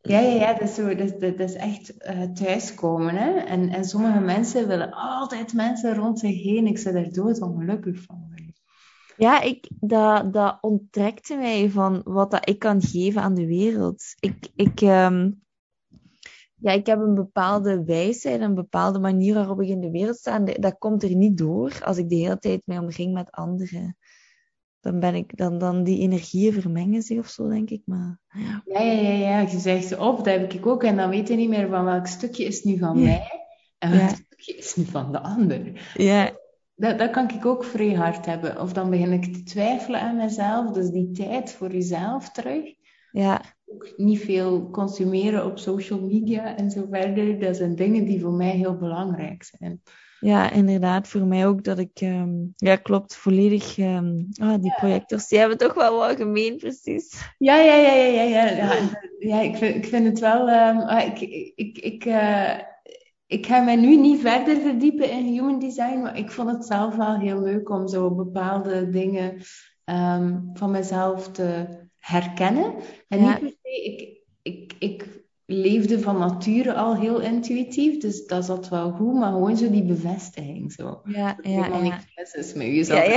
Ja, ja, ja, dat is, zo, dat, is- dat is echt eh, thuiskomen. Hè? En, en sommige mensen willen altijd mensen rond zich heen. Ik zou daar doodongelukkig van worden. Ja, ik, dat, dat onttrekte mij van wat dat ik kan geven aan de wereld. Ik, ik, ehm, ja, ik heb een bepaalde wijsheid, een bepaalde manier waarop ik in de wereld sta. En dat komt er niet door als ik de hele tijd mij omring met anderen. Dan ben ik, dan, dan die energieën vermengen zich of zo, denk ik. Maar ja. Ja, ja, ja, ja, je zegt op, dat heb ik ook. En dan weet je niet meer van welk stukje is nu van mij en welk Ja, stukje is nu van de ander. ja, Dat, dat kan ik ook vrij hard hebben. Of dan begin ik te twijfelen aan mezelf. Dus die tijd voor jezelf terug. ja. Ook niet veel consumeren op social media en zo verder. Dat zijn dingen die voor mij heel belangrijk zijn. Ja, inderdaad, voor mij ook dat ik, ehm, ja, klopt, volledig, ehm, ah, die projectors, die hebben toch wel wat gemeen, precies. Ja, ja, ja, ja, ja, ja. Ja, en, eh, ja, ik vind, ik vind het wel. ehm, ah, ik, ik, ik, eh, ik ga mij nu niet verder verdiepen in human design, maar ik vond het zelf wel heel leuk om zo bepaalde dingen ehm, van mezelf te herkennen. En niet Ja, per se, ik, ik, ik leefde van nature al heel intuïtief, dus dat zat wel goed, maar gewoon zo die bevestiging. Zo. ja, Dat er ja, helemaal ja. niks mis is met Ja, jezelf. ja.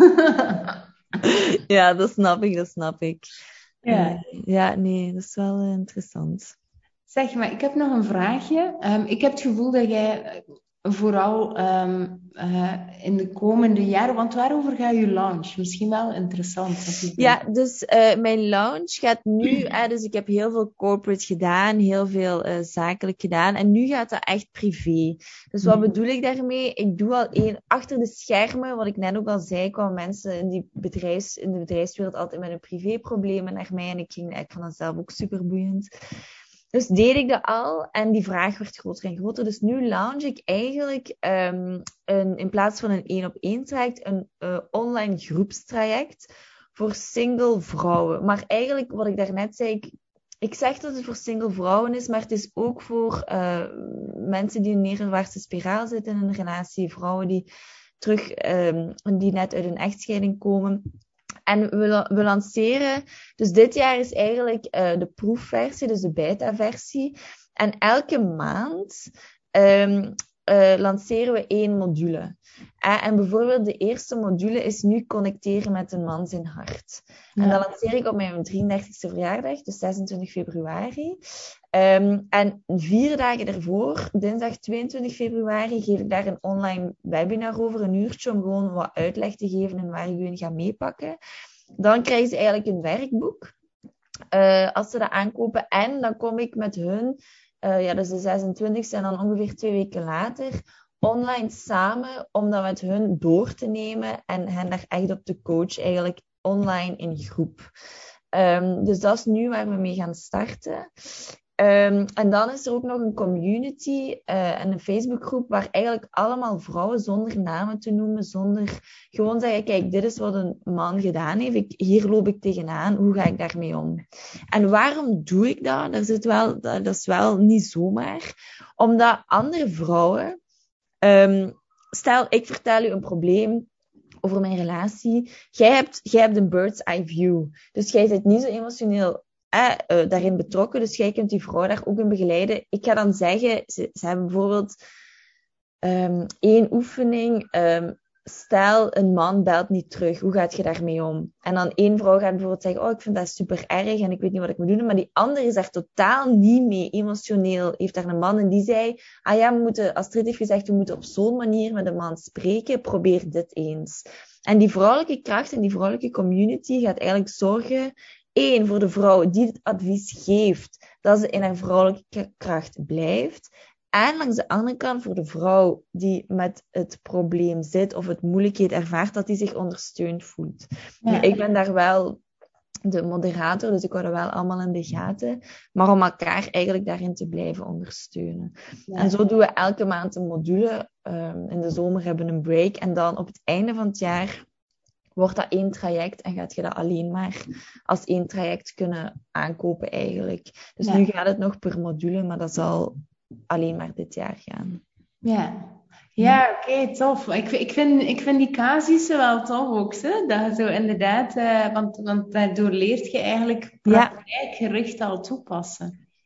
Ja, dat snap ik, dat snap ik. Eh, Ja. ja, nee, dat is wel eh, interessant. Zeg maar, ik heb nog een vraagje. Ehm, ik heb het gevoel dat jij eh, vooral ehm, eh, in de komende jaren, want waarover gaat je launch? Misschien wel interessant. Wat je Ja, vindt. dus eh, mijn launch gaat nu, eh, dus ik heb heel veel corporate gedaan, heel veel eh, zakelijk gedaan en nu gaat dat echt privé. Dus wat bedoel ik daarmee? Ik doe al één achter de schermen, wat ik net ook al zei, kwamen mensen in, die bedrijfs, in de bedrijfswereld altijd met hun privéproblemen naar mij en ik ging, ik vond dat zelf ook super boeiend. Dus deed ik dat al en die vraag werd groter en groter. Dus nu launch ik eigenlijk um, een, in plaats van een één-op-één traject, een uh, online groepstraject voor single vrouwen. Maar eigenlijk, wat ik daarnet zei, ik, ik zeg dat het voor single vrouwen is, maar het is ook voor uh, mensen die in een neerwaartse spiraal zitten in een relatie, vrouwen die terug, um, die net uit een echtscheiding komen. En we, we lanceren, dus dit jaar is eigenlijk uh, de proefversie, dus de beta-versie. En elke maand um, uh, lanceren we één module. Uh, en bijvoorbeeld de eerste module is nu connecteren met een man zijn hart. Ja. En dat lanceer ik op mijn drieëndertigste verjaardag, dus zesentwintig februari. Um, en vier dagen daarvoor, dinsdag tweeëntwintig februari, geef ik daar een online webinar over, een uurtje, om gewoon wat uitleg te geven en waar ik u in ga meepakken. Dan krijgen ze eigenlijk een werkboek, uh, als ze dat aankopen. En dan kom ik met hun, uh, ja, dus de zesentwintigste en dan ongeveer twee weken later, online samen, om dat met hun door te nemen en hen daar echt op te coachen, eigenlijk online in groep. Um, dus dat is nu waar we mee gaan starten. Um, en dan is er ook nog een community uh, en een Facebookgroep waar eigenlijk allemaal vrouwen, zonder namen te noemen, zonder gewoon zeggen, kijk, dit is wat een man gedaan heeft, ik, hier loop ik tegenaan, hoe ga ik daarmee om? En waarom doe ik dat? Dat is, wel, dat, dat is wel niet zomaar. Omdat andere vrouwen, um, stel, ik vertel u een probleem over mijn relatie, jij hebt, jij hebt een bird's eye view, dus jij bent niet zo emotioneel Eh, uh, daarin betrokken. Dus jij kunt die vrouw daar ook in begeleiden. Ik ga dan zeggen, ze, ze hebben bijvoorbeeld um, één oefening. Um, stel, een man belt niet terug. Hoe gaat je daarmee om? En dan één vrouw gaat bijvoorbeeld zeggen, oh, ik vind dat super erg en ik weet niet wat ik moet doen. Maar die andere is daar totaal niet mee emotioneel. Heeft daar een man en die zei, ah ja, we moeten, Astrid heeft gezegd, we moeten op zo'n manier met een man spreken. Probeer dit eens. En die vrouwelijke kracht en die vrouwelijke community gaat eigenlijk zorgen, Eén, voor de vrouw die het advies geeft, dat ze in haar vrouwelijke kracht blijft. En langs de andere kant voor de vrouw die met het probleem zit of het moeilijkheid ervaart, dat die zich ondersteund voelt. Ja. Nu, ik ben daar wel de moderator, dus ik hou dat wel allemaal in de gaten. Maar om elkaar eigenlijk daarin te blijven ondersteunen. Ja. En zo doen we elke maand een module. Um, in de zomer hebben we een break. En dan op het einde van het jaar wordt dat één traject en gaat je dat alleen maar als één traject kunnen aankopen eigenlijk. Dus ja. Nu gaat het nog per module, maar dat zal alleen maar dit jaar gaan. Ja, ja, oké, okay, tof. Ik, ik, vind, ik vind die casussen wel tof ook, hè? Dat je zo inderdaad, uh, want, want daardoor leert je eigenlijk praktijkgericht al toepassen.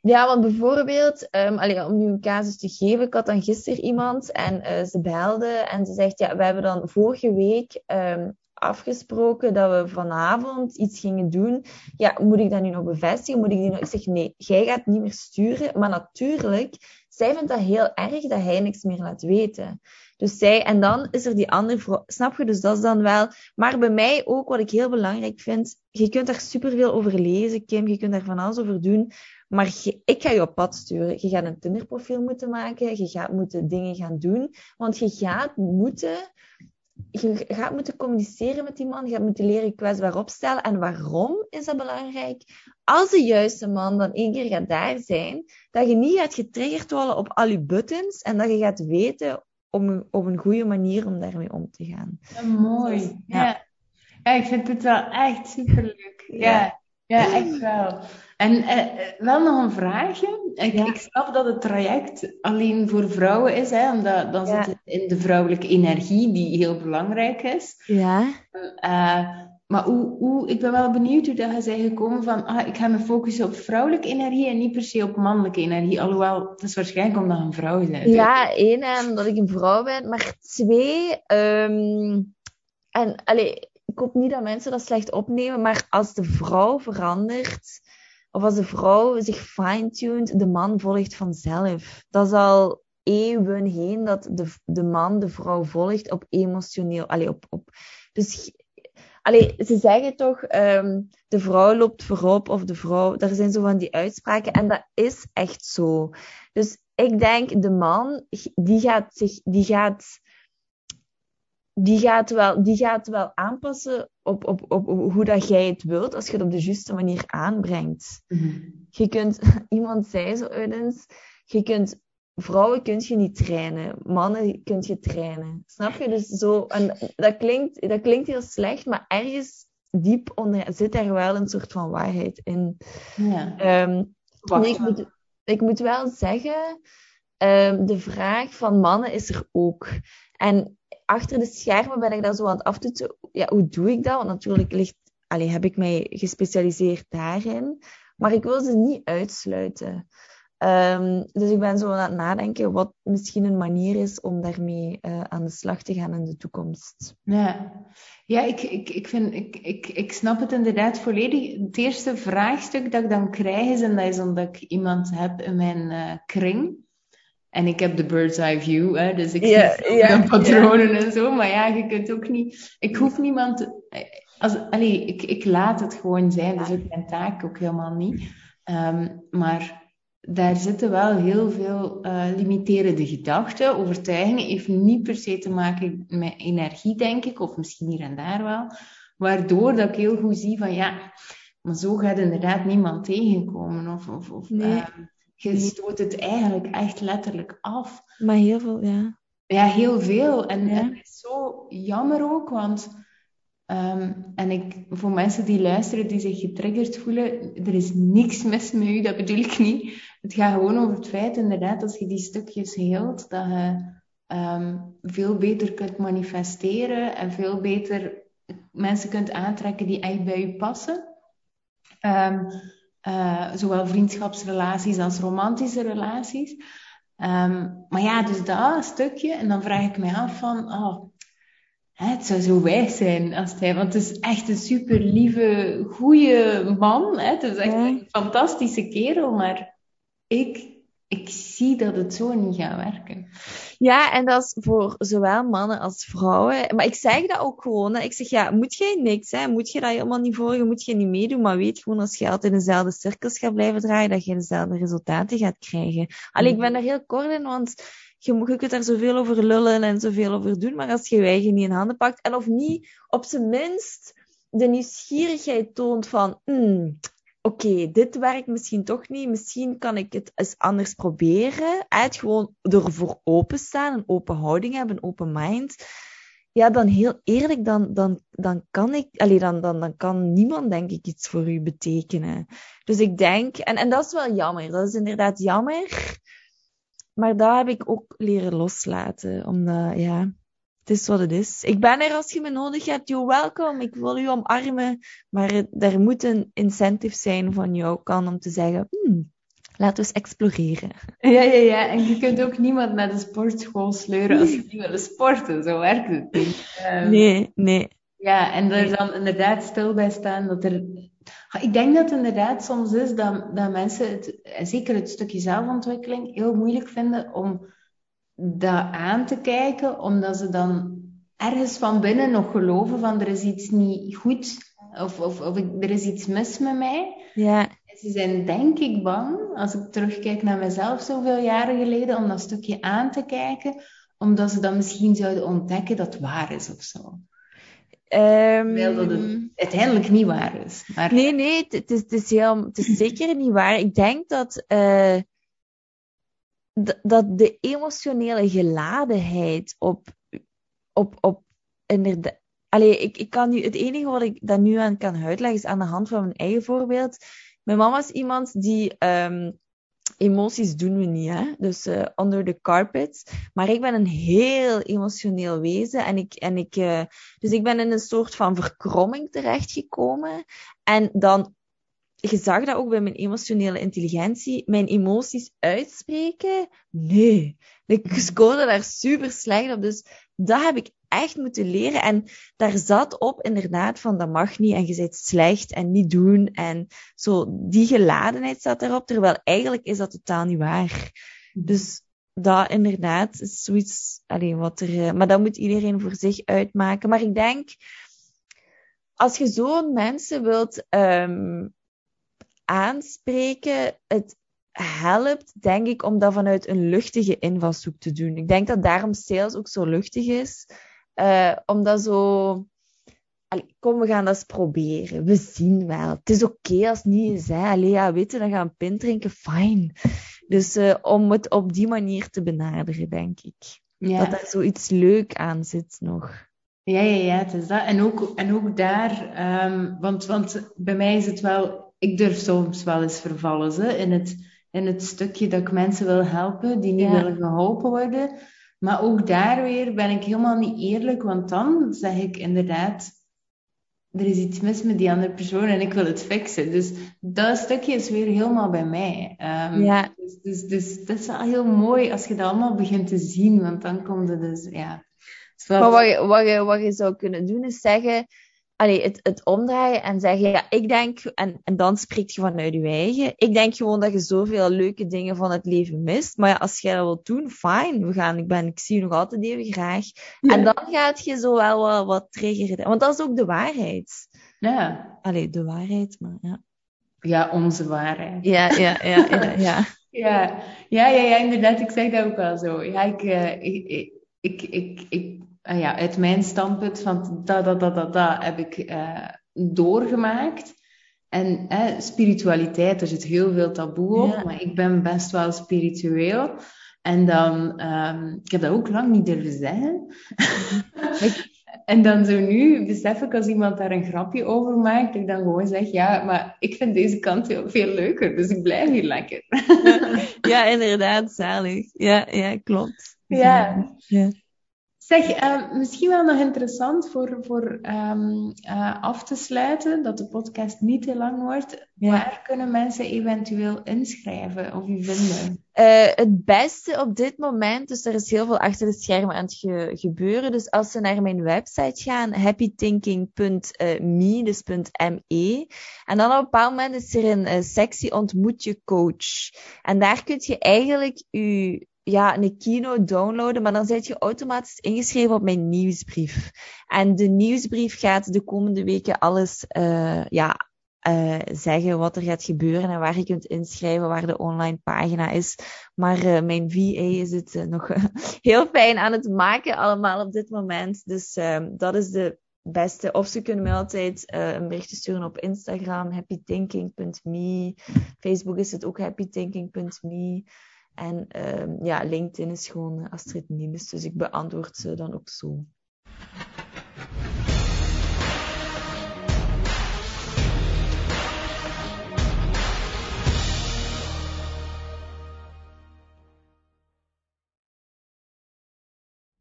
Ja, want bijvoorbeeld, um, allee, om nu een casus te geven, ik had dan gisteren iemand en uh, ze belde en ze zegt, ja, we hebben dan vorige week um, afgesproken dat we vanavond iets gingen doen. Ja, moet ik dat nu nog bevestigen? Moet ik die nog... Ik zeg, nee, jij gaat niet meer sturen. Maar natuurlijk, zij vindt dat heel erg dat hij niks meer laat weten. Dus zij, en dan is er die andere vrouw, snap je? Dus dat is dan wel... Maar bij mij ook, wat ik heel belangrijk vind, je kunt daar superveel over lezen, Kim, je kunt daar van alles over doen, maar je, ik ga je op pad sturen. Je gaat een Tinder-profiel moeten maken, je gaat moeten dingen gaan doen, want je gaat moeten... Je gaat moeten communiceren met die man, je gaat moeten leren je kwetsbaar opstellen. En waarom is dat belangrijk? Als de juiste man dan één keer gaat daar zijn, dat je niet gaat getriggerd worden op al je buttons en dat je gaat weten om, op een goede manier om daarmee om te gaan. Ja, mooi. Dus, ja. Ja. Ja, ik vind het wel echt superleuk. Ja, Ja. ja, echt wel. En eh, wel nog een vraagje. Ik, Ja. ik snap dat het traject alleen voor vrouwen is, hè, omdat dan Ja. zit het in de vrouwelijke energie, die heel belangrijk is. Ja. Eh, maar hoe, hoe, ik ben wel benieuwd hoe dat je bent gekomen van, ah, ik ga me focussen op vrouwelijke energie en niet per se op mannelijke energie. Alhoewel, het is waarschijnlijk omdat je een vrouw bent. Ja, één, en omdat ik een vrouw ben, maar twee, ehm, en allee, ik hoop niet dat mensen dat slecht opnemen, maar als de vrouw verandert, of als de vrouw zich fine-tuned, de man volgt vanzelf. Dat is al eeuwen heen dat de, de man de vrouw volgt op emotioneel, allee, op, op, dus, allee, ze zeggen toch, um, de vrouw loopt voorop, of de vrouw, daar zijn zo van die uitspraken, en dat is echt zo. Dus ik denk, de man, die gaat zich, die gaat, die gaat wel, die gaat wel aanpassen op, op, op, op hoe dat jij het wilt, als je het op de juiste manier aanbrengt. Mm-hmm. Je kunt, iemand zei zo eens, je kunt, vrouwen kun je niet trainen, mannen kun je trainen. Snap je? Dus zo, en dat klinkt, dat klinkt heel slecht, maar ergens diep onder zit er wel een soort van waarheid in. Ja. Um, Wacht, nee, ik, moet, ik moet wel zeggen, um, de vraag van mannen is er ook. En achter de schermen ben ik daar zo aan het aftoetsen. Ja, hoe doe ik dat? Want natuurlijk ligt, allee, heb ik mij gespecialiseerd daarin. Maar ik wil ze niet uitsluiten. Um, dus ik ben zo aan het nadenken wat misschien een manier is om daarmee uh, aan de slag te gaan in de toekomst. Ja, ja ik, ik, ik, vind, ik, ik, ik snap het inderdaad volledig. Het eerste vraagstuk dat ik dan krijg is, en dat is omdat ik iemand heb in mijn uh, kring. En ik heb de bird's eye view, hè, dus ik ja, zie ja, de patronen ja. en zo. Maar ja, je kunt ook niet... Ik hoef niemand... Te, als, allee, ik, ik laat het gewoon zijn, dus ook mijn taak ook helemaal niet. Um, maar... Daar zitten wel heel veel uh, limiterende gedachten. Overtuigingen heeft niet per se te maken met energie, denk ik, of misschien hier en daar wel. Waardoor dat ik heel goed zie van ja, maar zo gaat inderdaad niemand tegenkomen. Of, of, of nee. uh, je stoot het eigenlijk echt letterlijk af. Maar heel veel, ja. Ja, heel veel. En, ja. en het is zo jammer ook, want... Um, en ik, voor mensen die luisteren, die zich getriggerd voelen, er is niks mis met u, dat bedoel ik niet. Het gaat gewoon over het feit, inderdaad, als je die stukjes heelt, dat je um, veel beter kunt manifesteren en veel beter mensen kunt aantrekken die echt bij u passen. Um, uh, zowel vriendschapsrelaties als romantische relaties. Um, maar ja, dus dat stukje, en dan vraag ik mij af van... Oh, het zou zo wijs zijn als hij, want het is echt een super lieve, goede man. Hè? Het is echt ja. een fantastische kerel, maar ik, ik zie dat het zo niet gaat werken. Ja, en dat is voor zowel mannen als vrouwen. Maar ik zeg dat ook gewoon. Hè. Ik zeg, ja, moet jij niks, hè? Moet je dat helemaal niet volgen, moet je niet meedoen, maar weet gewoon als je altijd in dezelfde cirkels gaat blijven draaien, dat je dezelfde resultaten gaat krijgen. Allee, ik ben daar heel kort in, want... Je, je kunt daar zoveel over lullen en zoveel over doen, maar als je je eigen niet in handen pakt, en of niet, op zijn minst de nieuwsgierigheid toont van, hmm, oké, okay, dit werkt misschien toch niet, misschien kan ik het eens anders proberen, uit gewoon ervoor openstaan, een open houding hebben, een open mind, ja, dan heel eerlijk, dan, dan, dan kan ik, allee, dan, dan, dan kan niemand, denk ik, iets voor u betekenen. Dus ik denk, en, en dat is wel jammer, dat is inderdaad jammer. Maar dat heb ik ook leren loslaten. Omdat, ja, het is wat het is. Ik ben er als je me nodig hebt. You're welcome. Ik wil u omarmen. Maar er moet een incentive zijn van jouw kant om te zeggen... Hmm, laten we eens exploreren. Ja, ja, ja. En je kunt ook niemand naar de sportschool sleuren als ze niet willen sporten. Zo werkt het niet. Um, Nee, nee. Ja, en er nee. dan inderdaad stil bij staan dat er... Ik denk dat het inderdaad soms is dat, dat mensen, het, zeker het stukje zelfontwikkeling, heel moeilijk vinden om dat aan te kijken, omdat ze dan ergens van binnen nog geloven van er is iets niet goed, of, of, of ik, er is iets mis met mij. Ja. Ze zijn denk ik bang, als ik terugkijk naar mezelf zoveel jaren geleden, om dat stukje aan te kijken, omdat ze dan misschien zouden ontdekken dat het waar is of zo. Um, Terwijl dat het uiteindelijk niet waar is. Maar... Nee, nee, het is, het, is heel, het is zeker niet waar. Ik denk dat, uh, d- dat de emotionele geladenheid op, op, op inderdaad... Allee, ik, ik kan nu, het enige wat ik dat nu aan kan uitleggen is aan de hand van mijn eigen voorbeeld. Mijn mama is iemand die... Um, emoties doen we niet, hè? Dus uh, under the carpet. Maar ik ben een heel emotioneel wezen. En ik, en ik, uh, dus ik ben in een soort van verkromming terechtgekomen. En dan, je zag dat ook bij mijn emotionele intelligentie. Mijn emoties uitspreken? Nee. Ik scoorde daar super slecht op. Dus dat heb ik echt moeten leren. En daar zat op inderdaad van dat mag niet en je bent slecht en niet doen. En zo, die geladenheid zat erop. Terwijl eigenlijk is dat totaal niet waar. Dus dat inderdaad is zoiets, allee, wat er, maar dat moet iedereen voor zich uitmaken. Maar ik denk, als je zo'n mensen wilt um, aanspreken, het helpt, denk ik, om dat vanuit een luchtige invalshoek te doen. Ik denk dat daarom sales ook zo luchtig is. Uh, omdat zo... Allee, kom, we gaan dat eens proberen. We zien wel. Het is oké okay als het niet is. Hè. Allee, ja, weet je, dan gaan we pint drinken. Fijn. Dus uh, om het op die manier te benaderen, denk ik. Ja. Dat er zoiets leuk aan zit nog. Ja, ja, ja, het is dat. En ook, en ook daar... Um, want, want bij mij is het wel... Ik durf soms wel eens vervallen, hè, in het... in het stukje dat ik mensen wil helpen die niet ja. willen geholpen worden. Maar ook daar weer ben ik helemaal niet eerlijk, want dan zeg ik inderdaad, er is iets mis met die andere persoon en ik wil het fixen. Dus dat stukje is weer helemaal bij mij. Um, ja. Dus, dus, dus dat is wel heel mooi als je dat allemaal begint te zien, want dan komt het dus, ja. Wat... Maar wat je, wat, je, wat je zou kunnen doen is zeggen... Allee, het, het omdraaien en zeggen, ja, ik denk, en, en dan spreekt je vanuit je eigen. Ik denk gewoon dat je zoveel leuke dingen van het leven mist. Maar ja, als jij dat wilt doen, fijn. We gaan, ik, ben, ik zie je nog altijd even graag. Ja. En dan gaat je zo wel wat, wat triggeren. Want dat is ook de waarheid. Ja. Allee, de waarheid, maar ja. Ja, onze waarheid. Ja, ja, ja, ja, ja. ja. Ja, ja, ja, inderdaad. Ik zeg dat ook wel zo. Ja, ik, uh, ik, ik, ik, ik, ik Uh, ja, uit mijn standpunt van dat, dat, dat, dat, dat heb ik uh, doorgemaakt. En uh, spiritualiteit, er zit heel veel taboe op, ja. Maar ik ben best wel spiritueel. En dan, um, ik heb dat ook lang niet durven zeggen. En dan zo nu besef ik als iemand daar een grapje over maakt, ik dan gewoon zeg, ja, maar ik vind deze kant veel, veel leuker, dus ik blijf hier lekker. Ja, ja, inderdaad, zalig. Ja, ja, klopt. Ja. Ja. Zeg, uh, misschien wel nog interessant voor, voor um, uh, af te sluiten, dat de podcast niet te lang wordt. Ja. Waar kunnen mensen eventueel inschrijven of u vinden? Uh, het beste op dit moment, dus er is heel veel achter de schermen aan het ge- gebeuren. Dus als ze naar mijn website gaan, happy thinking punt me, dus .me. En dan op een bepaald moment is er een uh, sectie ontmoet je coach. En daar kun je eigenlijk je... ja, een keynote downloaden, maar dan zit je automatisch ingeschreven op mijn nieuwsbrief. En de nieuwsbrief gaat de komende weken alles, uh, ja, uh, zeggen wat er gaat gebeuren en waar je kunt inschrijven, waar de online pagina is. Maar uh, mijn V A is het uh, nog uh, heel fijn aan het maken allemaal op dit moment. Dus uh, dat is de beste. Of ze kunnen mij altijd uh, een berichtje sturen op Instagram, happy thinking punt me. Facebook is het ook happy thinking punt me. En uh, ja, LinkedIn is gewoon Astrid Niemes, dus ik beantwoord ze dan ook zo.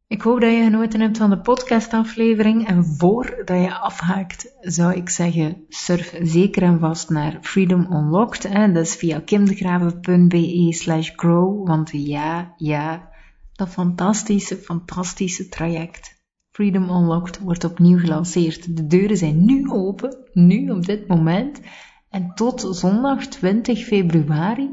Ik hoop dat je genoten hebt van de podcastaflevering en voordat je afhaakt zou ik zeggen surf zeker en vast naar Freedom Unlocked. Hè? Dat is via kimdegraven.be slash grow, want ja, ja, dat fantastische, fantastische traject Freedom Unlocked wordt opnieuw gelanceerd. De deuren zijn nu open, nu op dit moment en tot zondag twintig februari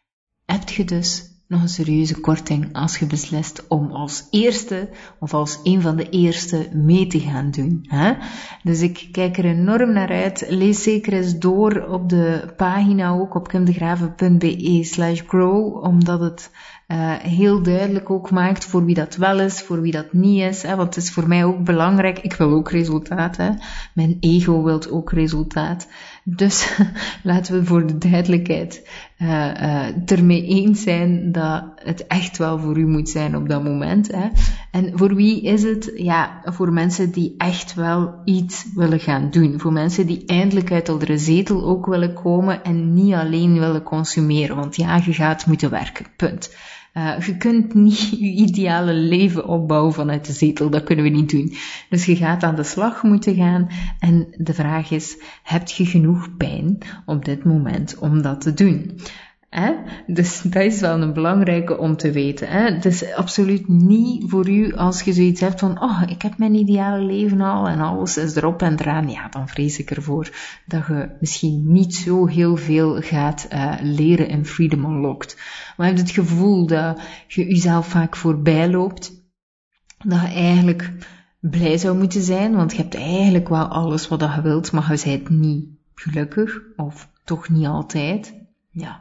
heb je dus nog een serieuze korting als je beslist om als eerste of als een van de eerste mee te gaan doen. Hè? Dus ik kijk er enorm naar uit. Lees zeker eens door op de pagina ook op kimdegraven.be slash grow, omdat het uh, heel duidelijk ook maakt voor wie dat wel is, voor wie dat niet is. Hè? Want het is voor mij ook belangrijk. Ik wil ook resultaat. Hè? Mijn ego wil ook resultaat. Dus laten we voor de duidelijkheid uh, uh, ermee eens zijn dat het echt wel voor u moet zijn op dat moment. Hè. En voor wie is het? Ja, voor mensen die echt wel iets willen gaan doen. Voor mensen die eindelijk uit de zetel ook willen komen en niet alleen willen consumeren. Want ja, je gaat moeten werken. Punt. Uh, je kunt niet je ideale leven opbouwen vanuit de zetel. Dat kunnen we niet doen. Dus je gaat aan de slag moeten gaan. En de vraag is, heb je genoeg pijn op dit moment om dat te doen? Eh? Dus dat is wel een belangrijke om te weten. Hè? Het is absoluut niet voor u als je zoiets hebt van, oh, ik heb mijn ideale leven al en alles is erop en eraan. Ja, dan vrees ik ervoor dat je misschien niet zo heel veel gaat uh, leren in Freedom Unlocked. Maar je hebt het gevoel dat je jezelf vaak voorbij loopt. Dat je eigenlijk blij zou moeten zijn, want je hebt eigenlijk wel alles wat je wilt, maar je bent niet gelukkig, of toch niet altijd. Ja.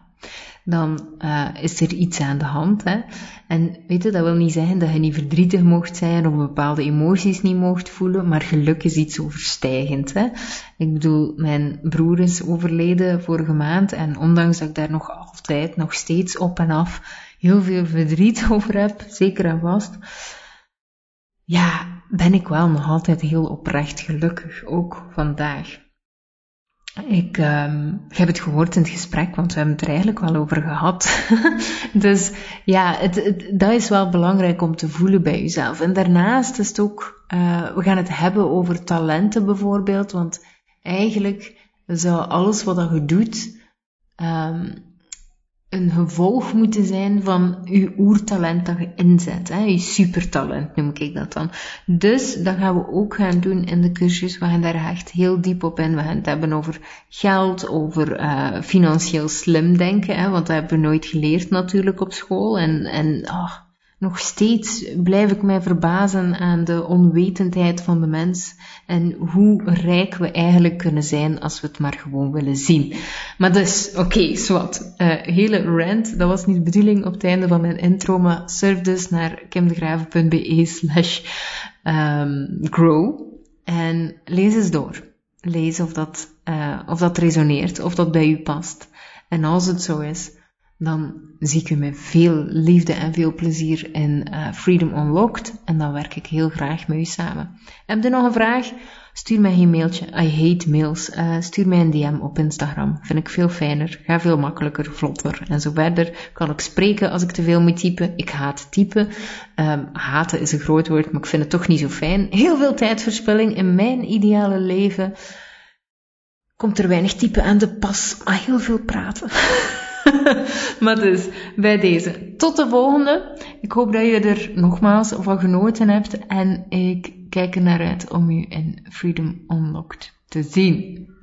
Dan uh, is er iets aan de hand. Hè? En weet je, dat wil niet zeggen dat je niet verdrietig mocht zijn of bepaalde emoties niet mocht voelen, maar geluk is iets overstijgend. Hè? Ik bedoel, mijn broer is overleden vorige maand en ondanks dat ik daar nog altijd, nog steeds op en af heel veel verdriet over heb, zeker en vast, ja, ben ik wel nog altijd heel oprecht gelukkig, ook vandaag. Ik, um, ik heb het gehoord in het gesprek, want we hebben het er eigenlijk wel over gehad. Dus ja, het, het, dat is wel belangrijk om te voelen bij jezelf. En daarnaast is het ook, uh, we gaan het hebben over talenten bijvoorbeeld, want eigenlijk zou alles wat je doet, um, een gevolg moeten zijn van je oertalent dat je inzet. Hè? Je supertalent noem ik dat dan. Dus dat gaan we ook gaan doen in de cursus. We gaan daar echt heel diep op in. We gaan het hebben over geld, over uh, financieel slim denken. Hè? Want dat hebben we nooit geleerd natuurlijk op school. En, en oh, nog steeds blijf ik mij verbazen aan de onwetendheid van de mens en hoe rijk we eigenlijk kunnen zijn als we het maar gewoon willen zien. Maar dus, oké, okay, zwart. Uh, hele rant, dat was niet de bedoeling op het einde van mijn intro, maar surf dus naar kimdegraven.be slash grow en lees eens door. Lees of dat, uh, of dat resoneert, of dat bij u past. En als het zo is, dan zie ik u met veel liefde en veel plezier in uh, Freedom Unlocked. En dan werk ik heel graag met u samen. Heb je nog een vraag? Stuur mij een mailtje. I hate mails. Uh, stuur mij een D M op Instagram. Vind ik veel fijner. Ga veel makkelijker, vlotter en zo verder. Kan ik spreken als ik te veel moet typen. Ik haat typen. Um, haten is een groot woord, maar ik vind het toch niet zo fijn. Heel veel tijdverspilling in mijn ideale leven. Komt er weinig typen aan de pas, maar heel veel praten. Maar dus, bij deze. Tot de volgende. Ik hoop dat je er nogmaals van genoten hebt. En ik kijk er naar uit om u in Freedom Unlocked te zien.